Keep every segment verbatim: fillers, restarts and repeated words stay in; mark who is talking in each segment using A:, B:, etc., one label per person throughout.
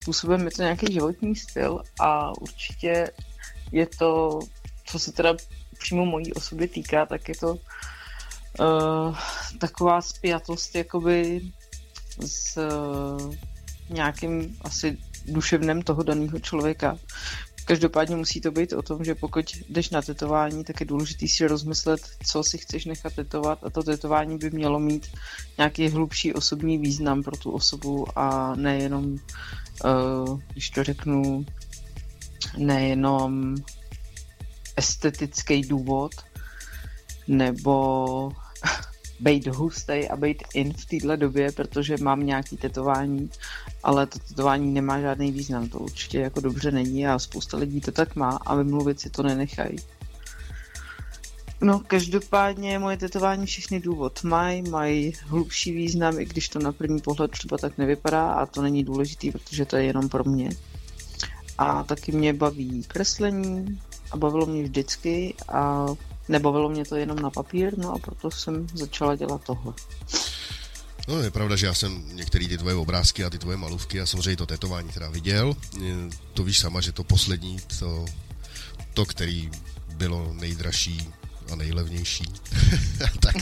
A: způsobem je to nějaký životní styl a určitě je to, co se teda přímo mojí osoby týká, tak je to uh, taková spjatost jakoby s uh, nějakým asi duševnem toho daného člověka. Každopádně musí to být o tom, že pokud jdeš na tetování, tak je důležité si rozmyslet, co si chceš nechat tetovat a to tetování by mělo mít nějaký hlubší osobní význam pro tu osobu a nejenom, uh, když to řeknu, nejenom estetický důvod nebo bejt hustej a bejt in v téhle době, protože mám nějaký tetování, ale to tetování nemá žádný význam. To určitě jako dobře není a spousta lidí to tak má a vymluvit si to nenechají. No, každopádně moje tetování všechny důvod mají, mají hlubší význam, i když to na první pohled třeba tak nevypadá a to není důležitý, protože to je jenom pro mě. A taky mě baví kreslení a bavilo mě vždycky a nebavilo mě to jenom na papír, no a proto jsem začala dělat tohle.
B: No, je pravda, že já jsem některé ty tvoje obrázky a ty tvoje malůvky a samozřejmě to tetování teda viděl. To víš sama, že to poslední, to, to který bylo nejdražší a nejlevnější, tak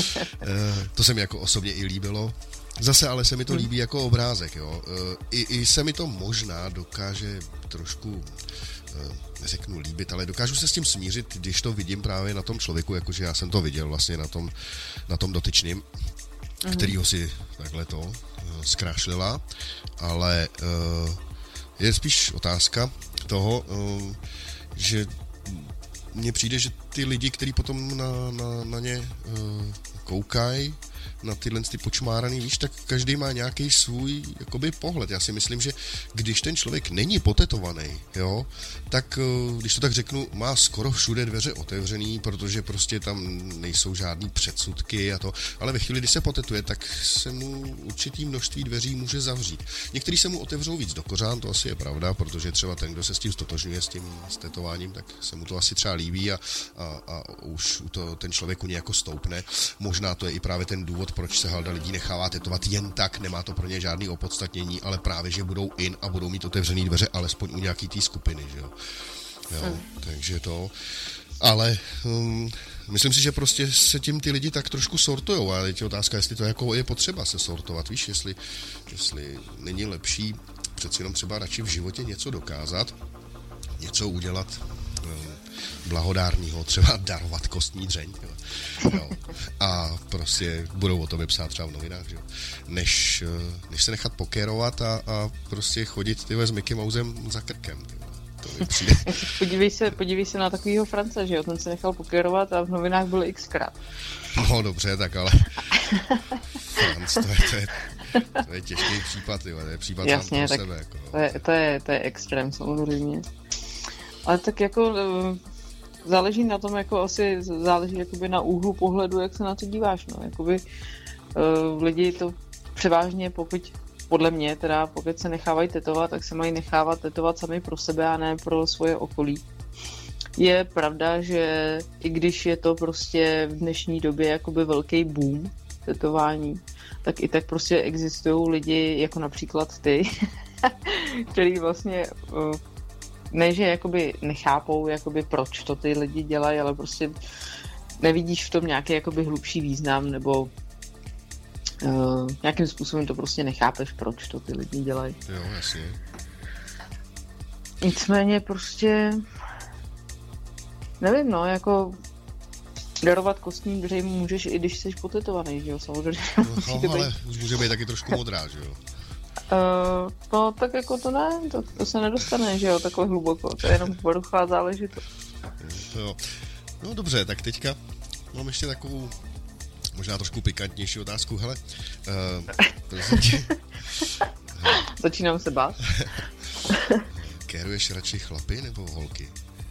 B: to se mi jako osobně i líbilo. Zase ale se mi to líbí jako obrázek, jo. I, i se mi to možná dokáže trošku, neřeknu líbit, ale dokážu se s tím smířit, když to vidím právě na tom člověku, jakože já jsem to viděl vlastně na tom, na tom dotyčným, mm. kterýho si takhle to zkrášlila, ale je spíš otázka toho, že mně přijde, že ty lidi, kteří potom na, na, na ně koukají, na tyhle ty počmáraný, víš, tak každý má nějaký svůj jakoby pohled. Já si myslím, že když ten člověk není potetovaný, jo, tak když to tak řeknu, má skoro všude dveře otevřený, protože prostě tam nejsou žádný předsudky a to, ale ve chvíli, kdy se potetuje, tak se mu určitý množství dveří může zavřít. Někteří se mu otevřou víc do kořán, to asi je pravda, protože třeba ten, kdo se s tím stotožňuje, s tím s tetováním, tak se mu to asi třeba líbí a, a, a už to ten člověk u něj jako stoupne. Možná to je i právě ten důvod, proč se halda lidí nechává tetovat jen tak, nemá to pro ně žádný opodstatnění, ale právě, že budou in a budou mít otevřený dveře alespoň u nějaký té skupiny, že jo. jo mm. Takže to, ale um, myslím si, že prostě se tím ty lidi tak trošku sortujou a je otázka, jestli to jako je potřeba se sortovat, víš, jestli, jestli není lepší přeci jenom třeba radši v životě něco dokázat, něco udělat blahodárního, třeba darovat kostní dřeň, jo. Jo. A prostě budou o tobě psát třeba v novinách, jo. Než, než se nechat pokérovat a, a prostě chodit tyhle s Mickey Mousem za krkem. Tyhle. To mi přijde.
A: podívej, se, podívej se na takovýho France, že jo, ten se nechal pokérovat a v novinách byl xkrát.
B: No dobře, tak ale France, to je, to je, to je těžký případ, tyhle. To je případ
A: jasně,
B: sám pro sebe. Jako,
A: to, je, to, je, to je extrém samozřejmě. Ale tak jako záleží na tom, jako asi záleží jakoby na úhlu pohledu, jak se na to díváš, no, jakoby uh, lidi to převážně, pokud, podle mě teda, pokud se nechávají tetovat, tak se mají nechávat tetovat sami pro sebe a ne pro svoje okolí. Je pravda, že i když je to prostě v dnešní době jakoby velký boom tetování, tak i tak prostě existují lidi, jako například ty, který vlastně uh, ne, že jakoby nechápou, jakoby proč to ty lidi dělají, ale prostě nevidíš v tom nějaký jakoby hlubší význam, nebo uh, nějakým způsobem to prostě nechápeš, proč to ty lidi dělají.
B: Jo, jasně.
A: Nicméně prostě nevím, no, jako darovat kostní dřeň můžeš, i když jsi potetovaný, že jo, samozřejmě.
B: No, no ale už může být taky trošku modrá, že jo.
A: Uh, no tak jako to ne, to, to se nedostane, že jo, takhle hluboko, to je jenom poruchá záležitost.
B: Jo. No dobře, tak teďka mám ještě takovou možná trošku pikantnější otázku, hele. Uh, tě...
A: Začínám se bát.
B: Kéruješ radši chlapy nebo holky?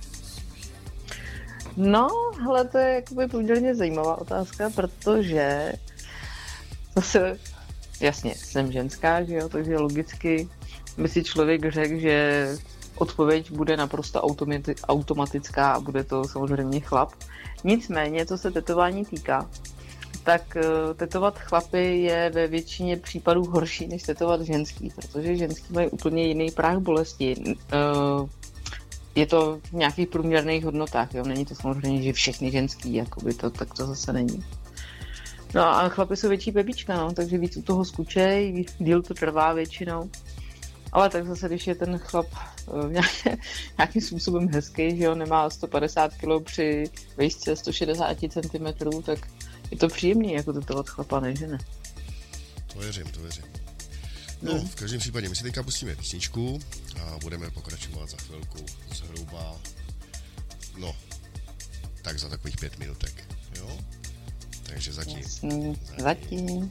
A: No, hele, to je jakoby poměrně zajímavá otázka, protože zase jasně, jsem ženská, že jo, takže logicky by si člověk řekl, že odpověď bude naprosto automatická a bude to samozřejmě chlap. Nicméně, co se tetování týká, tak uh, tetovat chlapy je ve většině případů horší, než tetovat ženský, protože ženský mají úplně jiný práh bolesti. Uh, je to v nějakých průměrných hodnotách, jo? Není to samozřejmě, že všechny ženský, jakoby to, tak to zase není. No a chlapi jsou větší bebička, no, takže víc u toho skučej, díl to trvá většinou. Ale tak zase, když je ten chlap uh, nějaký, nějakým způsobem hezký, že jo, nemá sto padesát kilo při výšce sto šedesát centimetrů, tak je to příjemný, jako tetovat chlapa, ne, že ne?
B: To věřím, to věřím. No, v každém případě my si teďka pustíme písničku a budeme pokračovat za chvilku zhruba, no, tak za takových pět minutek, jo? Takže zatím.
A: Jasný, zatím. zatím.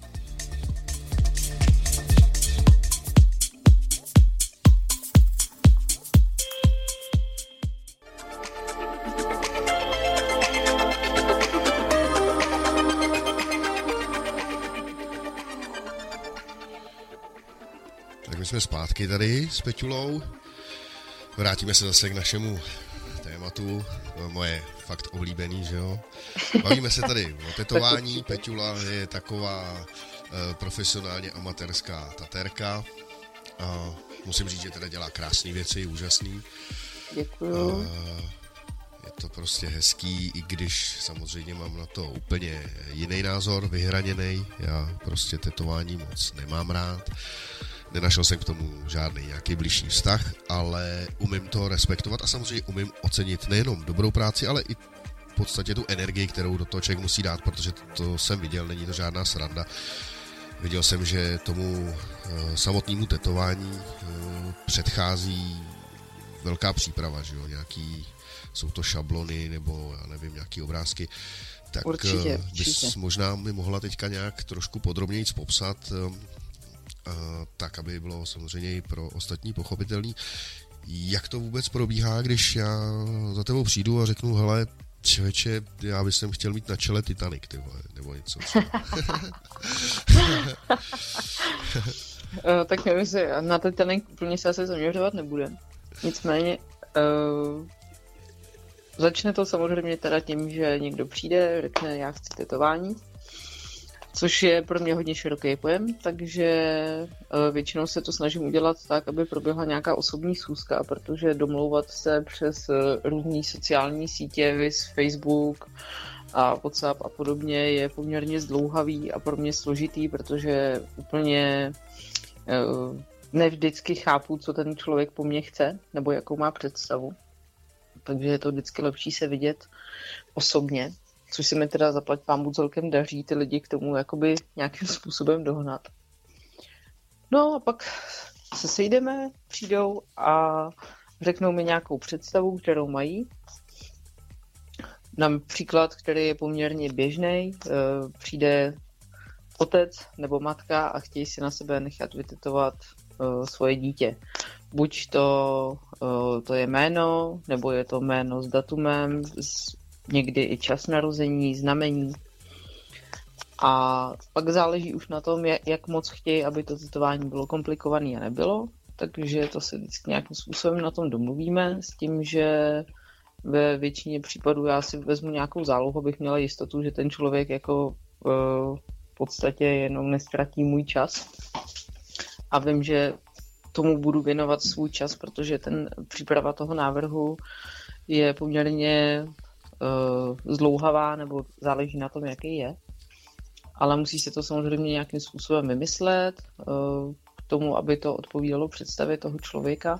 B: Tak my jsme zpátky tady s Peťulou. Vrátíme se zase k našemu tématu, moje fakt oblíbený, že jo. Bavíme se tady o tetování, Peťula je taková uh, profesionálně amatérská tatérka a musím říct, že teda dělá krásné věci, úžasný.
A: Děkuju. Uh,
B: je to prostě hezký, i když samozřejmě mám na to úplně jiný názor, vyhraněný. Já prostě tetování moc nemám rád. Nenašel jsem k tomu žádný nějaký bližší vztah, ale umím to respektovat a samozřejmě umím ocenit nejenom dobrou práci, ale i v podstatě tu energii, kterou do toho člověk musí dát, protože to, to jsem viděl, není to žádná sranda. Viděl jsem, že tomu e, samotnému tetování e, předchází velká příprava, že jo, nějaký, jsou to šablony nebo já nevím, nějaký obrázky. Tak
A: určitě,
B: bys
A: určitě.
B: možná mi mohla teďka nějak trošku podrobněji popsat, Uh, tak, aby bylo samozřejmě i pro ostatní pochopitelný. Jak to vůbec probíhá, když já za tebou přijdu a řeknu, hele, člověče, já bych sem chtěl mít na čele Titanic, ty vole, nebo něco.
A: uh, tak nevím, si na Titanic úplně se asi zaměřovat nebude. Nicméně uh, začne to samozřejmě teda tím, že někdo přijde, řekne, já chci tetování. Což je pro mě hodně široký pojem, takže většinou se to snažím udělat tak, aby proběhla nějaká osobní schůzka, protože domlouvat se přes různé sociální sítě, viz Facebook a WhatsApp a podobně je poměrně zdlouhavý a pro mě složitý, protože úplně ne vždycky chápu, co ten člověk po mně chce, nebo jakou má představu. Takže je to vždycky lepší se vidět osobně. Což se mi teda zaplať pánbůh celkem daří ty lidi k tomu jakoby nějakým způsobem dohnat. No a pak se sejdeme, přijdou a řeknou mi nějakou představu, kterou mají. Například, který je poměrně běžný, přijde otec nebo matka a chtějí si na sebe nechat vytetovat svoje dítě. Buď to, to je jméno, nebo je to jméno s datumem, s někdy i čas narození, znamení. A pak záleží už na tom, jak moc chtějí, aby to tetování bylo komplikované a nebylo. Takže to se vždycky nějakým způsobem na tom domluvíme s tím, že ve většině případů já si vezmu nějakou zálohu, abych měla jistotu, že ten člověk jako v podstatě jenom nestratí můj čas. A vím, že tomu budu věnovat svůj čas, protože ten příprava toho návrhu je poměrně zdlouhavá, nebo záleží na tom, jaký je. Ale musí se to samozřejmě nějakým způsobem vymyslet k tomu, aby to odpovídalo představě toho člověka.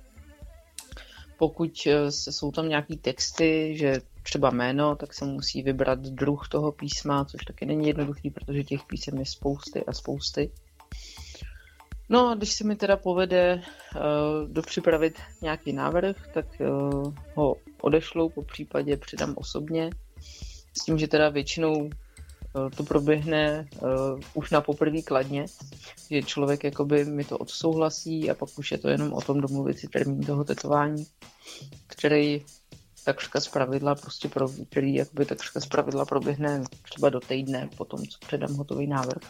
A: Pokud se, jsou tam nějaký texty, že třeba jméno, tak se musí vybrat druh toho písma, což taky není jednoduchý, protože těch písem je spousty a spousty. No a když se mi teda povede uh, dopřipravit nějaký návrh, tak uh, ho odešlu, po případě přidám osobně. S tím, že teda většinou uh, to proběhne uh, už na poprvé kladně, že člověk jakoby mi to odsouhlasí a pak už je to jenom o tom domluvit si termín toho tetování, který takřka zpravidla, prostě pro, který jakoby takřka zpravidla proběhne třeba do týdne po tom, co předám hotový návrh.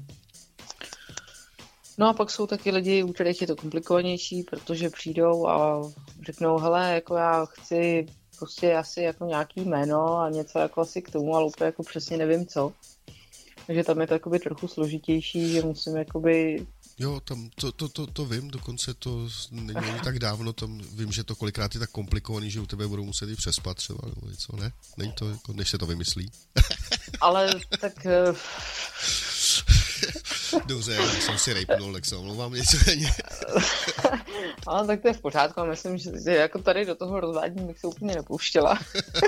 A: No a pak jsou taky lidi, u kterých je to komplikovanější, protože přijdou a řeknou, hele, jako já chci prostě asi jako nějaký jméno a něco jako asi k tomu, ale úplně jako přesně nevím co. Takže tam je to jakoby trochu složitější, že musím jakoby...
B: Jo, tam to, to, to, to vím, dokonce to není tak dávno, tam vím, že to kolikrát je tak komplikovaný, že u tebe budou muset i přespat třeba, nebo něco, ne? Není to, jako, než se to vymyslí.
A: Ale tak...
B: Dobře, já jsem si rejpnul, tak se omlouvám něco není.
A: Ale tak to je v pořádku, myslím, že jako tady do toho rozvádění bych se úplně nepouštěla.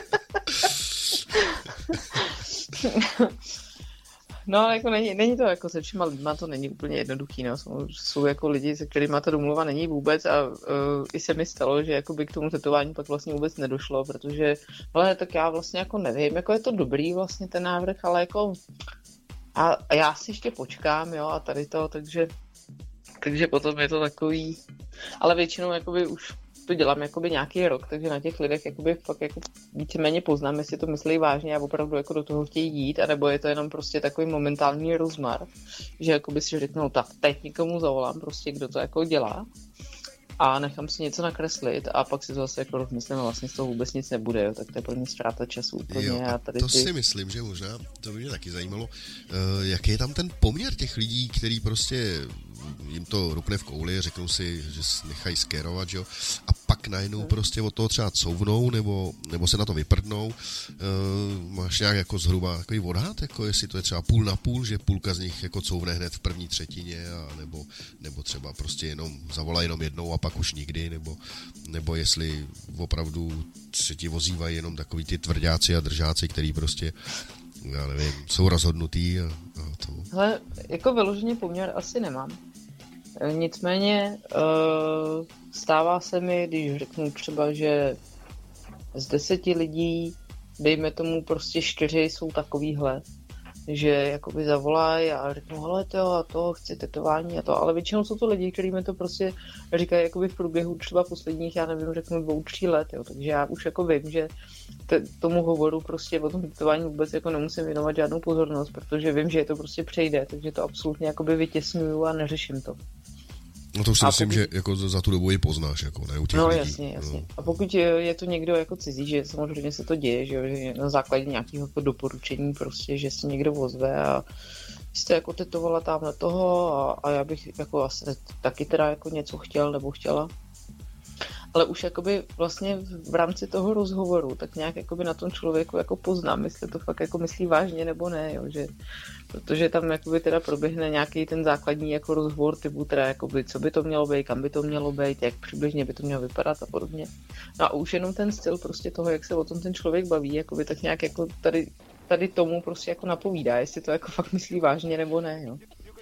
A: No, ale jako není, není to jako se všema lidma, to není úplně jednoduchý, no. Jsou, jsou jako lidi, se kterými ta domluva není vůbec a uh, i se mi stalo, že jakoby k tomu tetování pak vlastně vůbec nedošlo, protože, ale tak já vlastně jako nevím, jako je to dobrý vlastně ten návrh, ale jako a, a já si ještě počkám, jo, a tady to, takže takže potom je to takový, ale většinou jakoby už to dělám jakoby nějaký rok, takže na těch lidech jakoby fakt jako víceméně poznám, jestli to myslí vážně a opravdu jako do toho chtějí jít, anebo je to jenom prostě takový momentální rozmar, že jakoby si řeknou, tak teď někomu zavolám prostě, kdo to jako dělá a nechám si něco nakreslit a pak si to zase jako rozmyslím a vlastně z toho vůbec nic nebude, jo, tak to je pro mě ztráta času úplně.
B: Jo, a
A: a tady
B: to
A: ty...
B: si myslím, že možná, to by mě taky zajímalo, uh, jaký je tam ten poměr těch lidí, který prostě jim to rupne v kouli, řeknou si, že nechají skérovat, jo, a pak najednou hmm. prostě od toho třeba couvnou, nebo, nebo se na to vyprdnou. Uh, máš nějak jako zhruba takový odhad, jako jestli to je třeba půl na půl, že půlka z nich jako couvne hned v první třetině, a nebo, nebo třeba prostě jenom zavolá jenom jednou a pak už nikdy, nebo, nebo jestli opravdu se ti ozývají jenom takový ty tvrdáci a držáci, který prostě já nevím, jsou rozhodnutý a, a to.
A: Hele, jako vyloženě poměr asi nemám. Nicméně uh, stává se mi, když řeknu třeba, že z deseti lidí, dejme tomu prostě čtyři jsou takovýhle, že jakoby zavolají a řeknu, hele to a to, chci tetování a to, ale většinou jsou to lidi, kteří mi to prostě říkají jakoby v průběhu třeba posledních, já nevím, řeknu dvou, tří let, jo, takže já už jako vím, že te, tomu hovoru prostě o tom tetování vůbec jako nemusím věnovat žádnou pozornost, protože vím, že je to prostě přejde, takže to absolutně jakoby vytěsňuju a neřeším to.
B: No to už si
A: a
B: myslím,
A: pokud...
B: že jako za tu dobu ji poznáš, jako ne u těch
A: no,
B: lidí.
A: jasně, jasně. No. A pokud je to někdo jako cizí, že samozřejmě se to děje, že na základě nějakého jako doporučení prostě, že si někdo ozve a jste jako tetovala tamhle toho a, a já bych jako asi taky teda jako něco chtěl nebo chtěla. Ale už jakoby vlastně v rámci toho rozhovoru tak nějak jakoby na tom člověku jako poznám, jestli to fakt jako myslí vážně nebo ne, jo, že protože tam jakoby teda proběhne nějaký ten základní jako rozhovor typu teda jakoby co by to mělo být, kam by to mělo být, jak přibližně by to mělo vypadat a podobně. No a už jenom ten styl prostě toho, jak se o tom ten člověk baví, jakoby tak nějak jako tady, tady tomu prostě jako napovídá, jestli to jako fakt myslí vážně nebo ne, jo.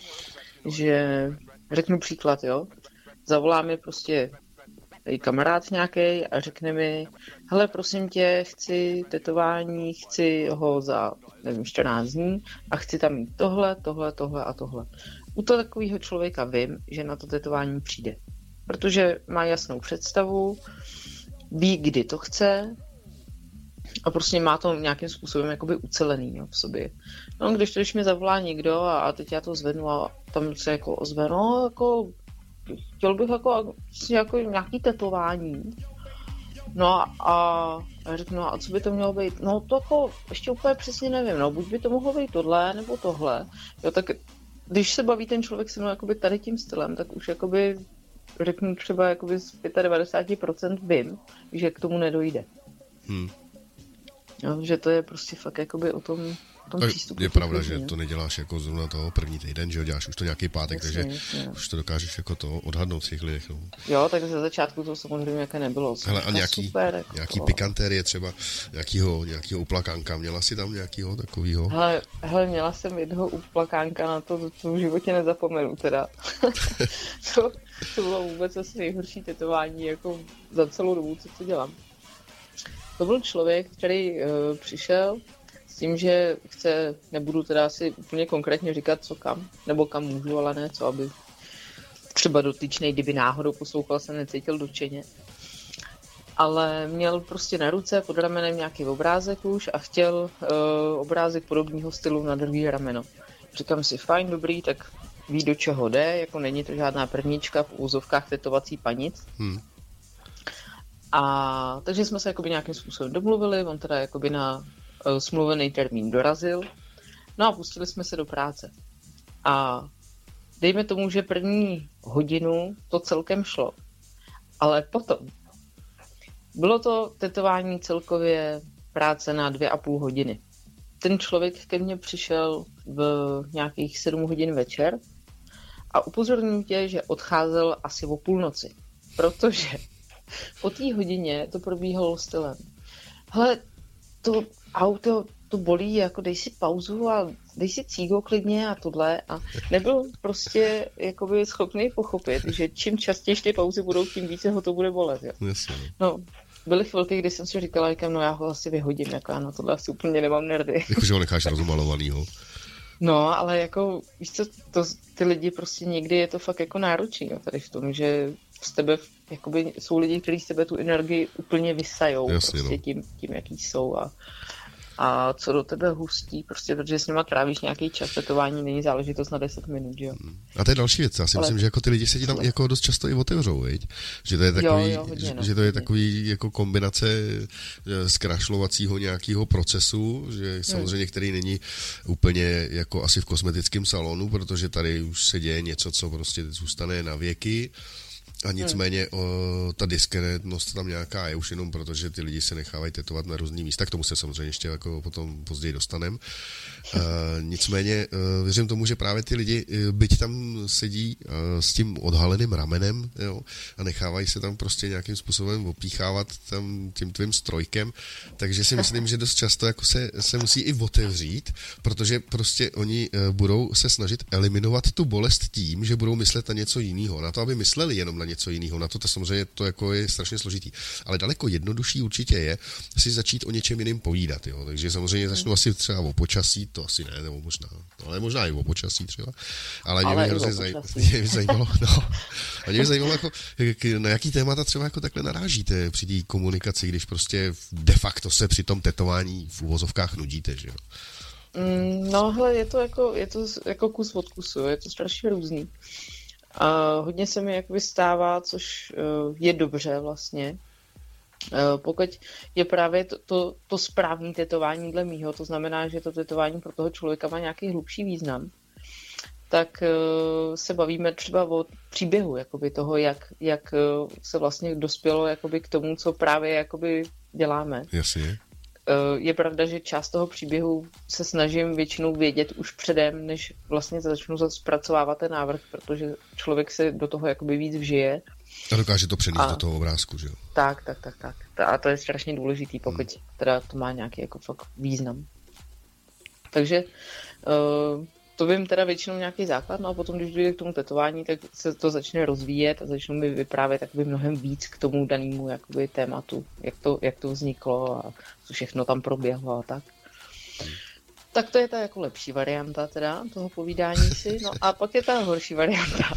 A: Že řeknu příklad, jo, zavolá mi prostě kamarád nějaký a řekne mi, hele, prosím tě, chci tetování, chci ho za, nevím, čtrnáct dní a chci tam mít tohle, tohle, tohle a tohle. U toho takového člověka vím, že na to tetování přijde, protože má jasnou představu, ví, kdy to chce a prostě má to nějakým způsobem jakoby ucelený, jo, v sobě. No, když to, když mi zavolá někdo a, a teď já to zvednu a tam se jako ozve, no, jako chtěl bych jako, jako nějaký tetování. No a, a řeknu, a co by to mělo být? No to jako ještě úplně přesně nevím, no buď by to mohlo být tohle, nebo tohle. Jo, tak když se baví ten člověk se mnou jakoby tady tím stylem, tak už jakoby řeknu třeba jakoby z devadesát pět procent vím, že k tomu nedojde. Hmm. Jo, že to je prostě fakt jakoby o tom, o tom přístupu.
B: Je pravda, že to neděláš jako zrovna toho první týden, že jo, děláš už to nějaký pátek, jasně, takže jasně. Už to dokážeš jako to odhadnout v těch lidech. No.
A: Jo, tak ze začátku to samozřejmě jaké nebylo.
B: Hele, a nějaký,
A: super, jako
B: nějaký pikantérie třeba, nějakýho, nějakýho uplakánka, měla jsi tam nějakýho takovýho?
A: Hele, hele, měla jsem jednoho uplakánka, na to, to v životě nezapomenu teda. to, to bylo vůbec asi nejhorší tetování jako za celou dobu, co to dělám. To byl člověk, který uh, přišel s tím, že chce, nebudu teda asi úplně konkrétně říkat, co kam, nebo kam můžu, ale ne, co aby třeba dotyčnej, kdyby náhodou poslouchal, se necítil dotčeně. Ale měl prostě na ruce pod ramenem nějaký obrázek už a chtěl uh, obrázek podobného stylu na druhý rameno. Říkám si, fajn, dobrý, tak ví, do čeho jde, jako není to žádná prvnička v úzovkách tetovací panic. Hmm. A takže jsme se jakoby nějakým způsobem domluvili, on teda jakoby na uh, smluvený termín dorazil No a pustili jsme se do práce. A dejme tomu, že první hodinu to celkem šlo. Ale potom bylo to tetování celkově práce na dvě a půl hodiny. Ten člověk ke mně přišel v nějakých sedm hodin večer a upozorním tě, že odcházel asi o půlnoci. Protože po té hodině to probíhalo stylem. Hele, to auto, to bolí, jako dej si pauzu a dej si cígo klidně a tohle. A nebyl prostě jakoby schopný pochopit, že čím častěji ty pauzy budou, tím více ho to bude bolet. Jo. No, byly chvilky, kdy jsem si říkala, říkám, no já ho asi vyhodím, jako já na tohle asi úplně nemám nerdy.
B: Jakože ho necháš rozumalovanýho.
A: No, ale jako, víš co, to, ty lidi prostě někdy je to fakt jako náročný, jo, tady v tom, že z tebe, jakoby, jsou lidi, kteří z tebe tu energii úplně vysajou. Jasně, prostě no. tím, tím, jaký jsou a a co do tebe hustí, prostě, protože s nima trávíš nějaký čas, tetování není záležitost na deset minut, jo.
B: A to je další věc, já si ale... myslím, že jako ty lidi se ti tam jako dost často i otevřou, viď? Že to je takový, jo, jo, hodně, no, že to je takový jako kombinace zkrašlovacího nějakého procesu, že samozřejmě hmm. který není úplně jako asi v kosmetickém salonu, protože tady už se děje něco, co prostě zůstane na věky. A nicméně hmm. o, ta diskrétnost tam nějaká je už jenom proto, že ty lidi se nechávají tetovat na různý místa, k tomu se samozřejmě ještě jako potom později dostanem. E, nicméně e, věřím tomu, že právě ty lidi, byť tam sedí e, s tím odhaleným ramenem, jo, a nechávají se tam prostě nějakým způsobem opíchávat tam tím tvým strojkem, takže si myslím, že dost často jako se, se musí i otevřít, protože prostě oni e, budou se snažit eliminovat tu bolest tím, že budou myslet na něco jiného. Na to, aby mysleli jenom na něco jiného. Na to, to samozřejmě to jako je strašně složitý. Ale daleko jednodušší určitě je si začít o něčem jiném povídat. Jo? Takže samozřejmě začnu asi třeba o počasí, to asi ne, nebo možná, ale možná i o počasí třeba. Ale, ale mě by hrozně zaj... zajímalo, no. A mě by zajímalo, jako, na jaký témata třeba jako takhle narážíte při té komunikaci, když prostě de facto se při tom tetování v uvozovkách nudíte, že jo?
A: No, hele, je to jako, je to jako kus od kusu, je to strašně různý. A hodně se mi jakoby stává, což uh, je dobře vlastně. Uh, pokud je právě to, to, to správné tetování dle mýho, to znamená, že to tetování pro toho člověka má nějaký hlubší význam, tak uh, se bavíme třeba o příběhu jakoby toho, jak, jak uh, se vlastně dospělo jakoby k tomu, co právě jakoby děláme.
B: Jasně.
A: Je pravda, že část toho příběhu se snažím většinou vědět už předem, než vlastně začnu zpracovávat ten návrh, protože člověk se do toho jakoby víc vžije.
B: A dokáže to přenést do toho obrázku, že jo?
A: Tak, tak, tak, tak. A to je strašně důležitý, pokud hmm. teda to má nějaký jako fakt význam. Takže uh, to vím teda většinou nějaký základ, no a potom, když dojde k tomu tetování, tak se to začne rozvíjet a začnou mi vyprávět jakoby mnohem víc k tomu danému jakoby tématu, jak to, jak to vzniklo a co všechno tam proběhlo a tak. Hmm. Tak to je ta jako lepší varianta teda toho povídání si, no a pak je ta horší varianta.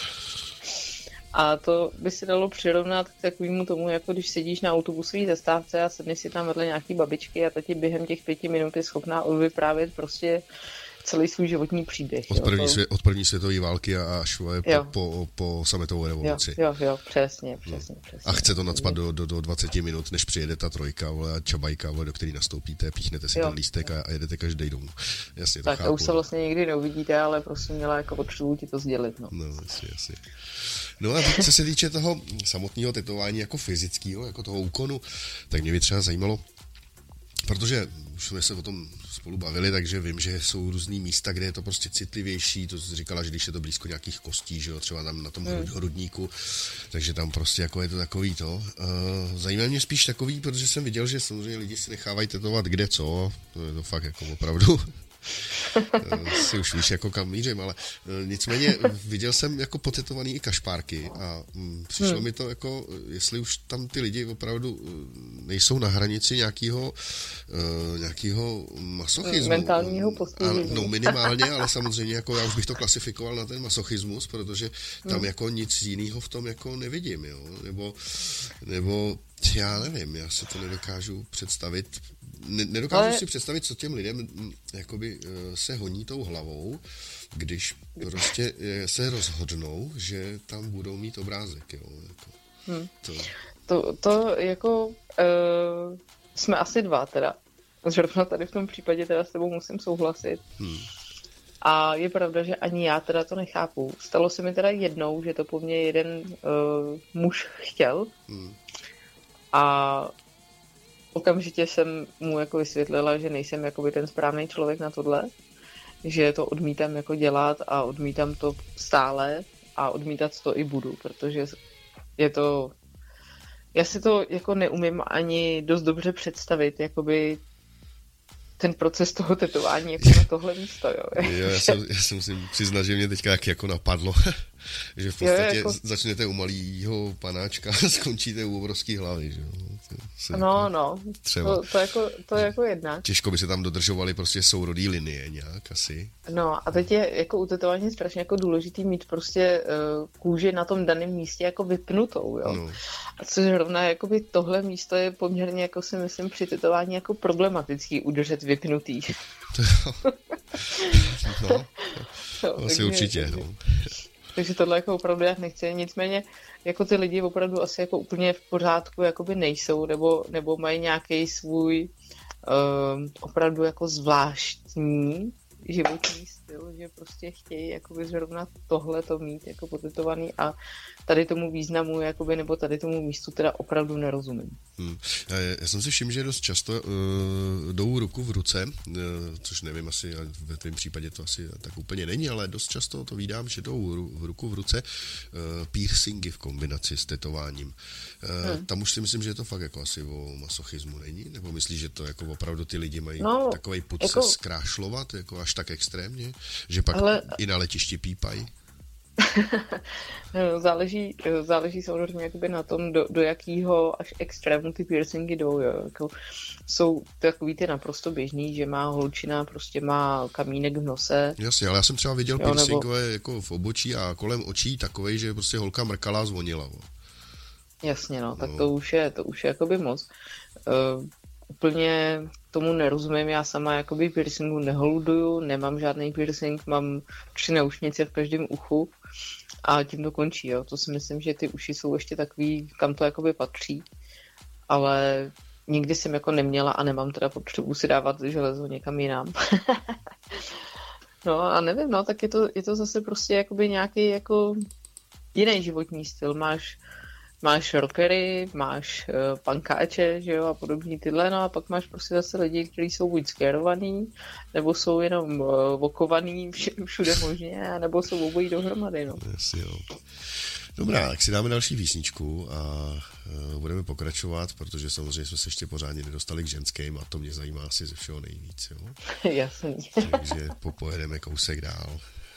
A: A to by se dalo přirovnat k takovému tomu, jako když sedíš na autobusové zastávce a sedneš si tam vedle nějaký babičky a ta ti během těch pěti minut je schopná vyprávět prostě celý svůj životní příběh.
B: Od první, svě, od první světové války a až po, po, po sametovou revoluci.
A: Jo, jo, jo, přesně, přesně, no. přesně.
B: A chce to nacpat do, do, do dvacet minut, než přijede ta trojka, vole, a čabajka, vole, do který nastoupíte, píchnete si jo. ten lístek a, a jedete každý domů. Jasně, to
A: tak
B: chápu.
A: A už se vlastně nikdy neuvidíte, ale prostě měla jako potřebuji ti to sdělit. No,
B: no jasně, jasně. No a co se týče toho samotného tetování jako fyzického, jako toho úkonu, tak mě by třeba zajímalo, protože už jsme se o tom spolu bavili, takže vím, že jsou různý místa, kde je to prostě citlivější, to jsi říkala, že když je to blízko nějakých kostí, že jo, třeba tam na tom hmm. hrudníku, takže tam prostě jako je to takový to. Uh, zajímá mě spíš takový, protože jsem viděl, že samozřejmě lidi si nechávají tetovat kde co, to je to fakt jako opravdu... si už víš, jako kam mířím, ale nicméně viděl jsem jako potetovaný i kašpárky a mm, přišlo hmm. mi to jako, jestli už tam ty lidi opravdu nejsou na hranici nějakého uh, nějakého masochismu.
A: Mentálního postižení.
B: No minimálně, ale samozřejmě jako já už bych to klasifikoval na ten masochismus, protože tam hmm. jako nic jiného v tom jako nevidím, jo, nebo, nebo já nevím, já si to nedokážu představit. Nedokážu ale... si představit, co těm lidem jakoby se honí tou hlavou, když prostě se rozhodnou, že tam budou mít obrázek. Jo? Jako,
A: hmm. to... To, to jako uh, jsme asi dva teda. Zrovna tady v tom případě teda s tebou musím souhlasit. Hmm. A je pravda, že ani já teda to nechápu. Stalo se mi teda jednou, že to po mně jeden uh, muž chtěl. Hmm. A okamžitě jsem mu jako vysvětlila, že nejsem jakoby ten správný člověk na tohle. Že to odmítám jako dělat a odmítám to stále a odmítat to i budu, protože je to... Já si to jako neumím ani dost dobře představit, jakoby ten proces toho tetování jako na tohle místo, jo.
B: jo já, jsem, já jsem musím přiznat, že mě teďka jak jako napadlo, že v podstatě jo, jako... začnete u malýho panáčka a skončíte u obrovský hlavy, že jo.
A: No, jako no, třeba. To, to, jako, to je jako jedna.
B: Těžko by se tam dodržovaly prostě sourodý linie nějak asi.
A: No a teď je jako u tetování strašně jako důležitý mít prostě uh, kůži na tom daném místě jako vypnutou, jo. No. A co zrovna jakoby tohle místo je poměrně jako si myslím při tetování jako problematický udržet vypnutý.
B: no, no, asi určitě, no.
A: Takže tohle jako opravdu já nechci, nicméně jako ty lidi opravdu asi jako úplně v pořádku jakoby nejsou, nebo, nebo mají nějaký svůj um, opravdu jako zvláštní životní styl, že prostě chtějí jakoby zrovna tohle to mít jako potetovaný a tady tomu významu jakoby, nebo tady tomu místu teda opravdu nerozumím. Hmm.
B: Já, já jsem si všiml, že dost často uh, jdou ruku v ruce, uh, což nevím asi, ve tvém případě to asi tak úplně není, ale dost často to vídám, že jdou ru, v ruku v ruce uh, piercingy v kombinaci s tetováním. Uh, hmm. Tam už si myslím, že je to fakt jako asi o masochismu není? Nebo myslíš, že to jako opravdu ty lidi mají no, takovej pud jako... se zkrášlovat, jako až tak extrémně, že pak ale... i na letišti pípají?
A: no, záleží, záleží samozřejmě jakoby na tom, do, do jakého až extrému ty piercingy jdou. Jo. Jako, jsou takový ty naprosto běžný, že má holčina, prostě má kamínek v nose.
B: Jasně, ale já jsem třeba viděl jo, piercingové nebo... jako v obočí a kolem očí takovej, že prostě holka mrkala a zvonila. Jo.
A: Jasně, no, no, tak to už je, to už je jakoby moc. Uh, úplně tomu nerozumím, já sama jakoby piercingu neholuduju, nemám žádný piercing, mám tři naušnice v každém uchu a tím to končí, jo. To si myslím, že ty uši jsou ještě takový, kam to jakoby patří, ale nikdy jsem jako neměla a nemám teda potřebu si dávat železo někam jinam. no a nevím, no, tak je to, je to zase prostě jakoby nějaký jako jiný životní styl, máš Máš rockery, máš uh, pankáče, že jo, a podobně tyhle, no a pak máš prostě zase lidi, kteří jsou buď skérovaný, nebo jsou jenom uh, vokovaný všude možně, nebo jsou obojí dohromady, no.
B: Yes, jo. Dobrá, tak si dáme další písničku a uh, budeme pokračovat, protože samozřejmě jsme se ještě pořádně nedostali k ženským a to mě zajímá asi ze všeho nejvíc, jo.
A: Jasný.
B: Takže popojedeme kousek dál.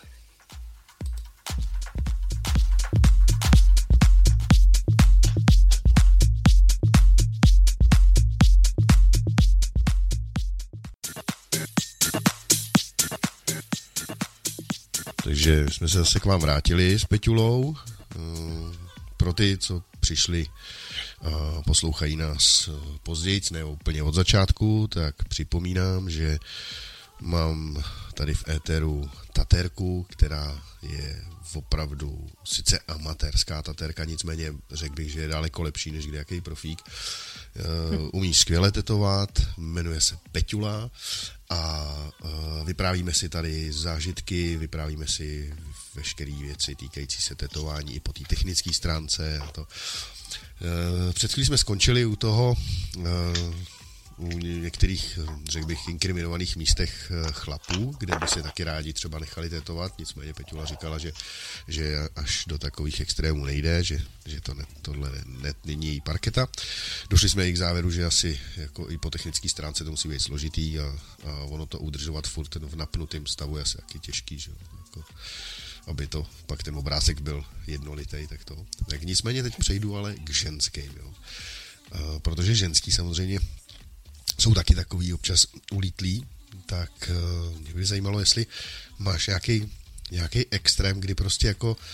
B: Takže jsme se zase k vám vrátili s Peťulou. Pro ty, co přišli a poslouchají nás později, ne úplně od začátku, tak připomínám, že mám tady v éteru tatérku, která je opravdu sice amatérská tatérka, nicméně řekl bych, že je daleko lepší než kdejaký profík. Umí skvěle tetovat, jmenuje se Peťula a vyprávíme si tady zážitky, vyprávíme si veškeré věci týkající se tetování i po té technické stránce. A to. Před chvílí jsme skončili u toho, u některých, řekl bych, inkriminovaných místech chlapů, kde by se taky rádi třeba nechali tetovat, nicméně Peťula říkala, že, že až do takových extrémů nejde, že, že to ne, tohle ne, není její parketa. Došli jsme i k závěru, že asi jako i po technické stránce to musí být složitý a, a ono to udržovat furt v napnutém stavu je asi taky těžký, že jako, aby to pak ten obrázek byl jednolitý, tak to. Tak nicméně teď přejdu ale k ženským, jo. A, protože ženský samozřejmě jsou taky takový občas ulítlí, tak uh, mě by zajímalo, jestli máš nějaký, nějaký extrém, kdy prostě jako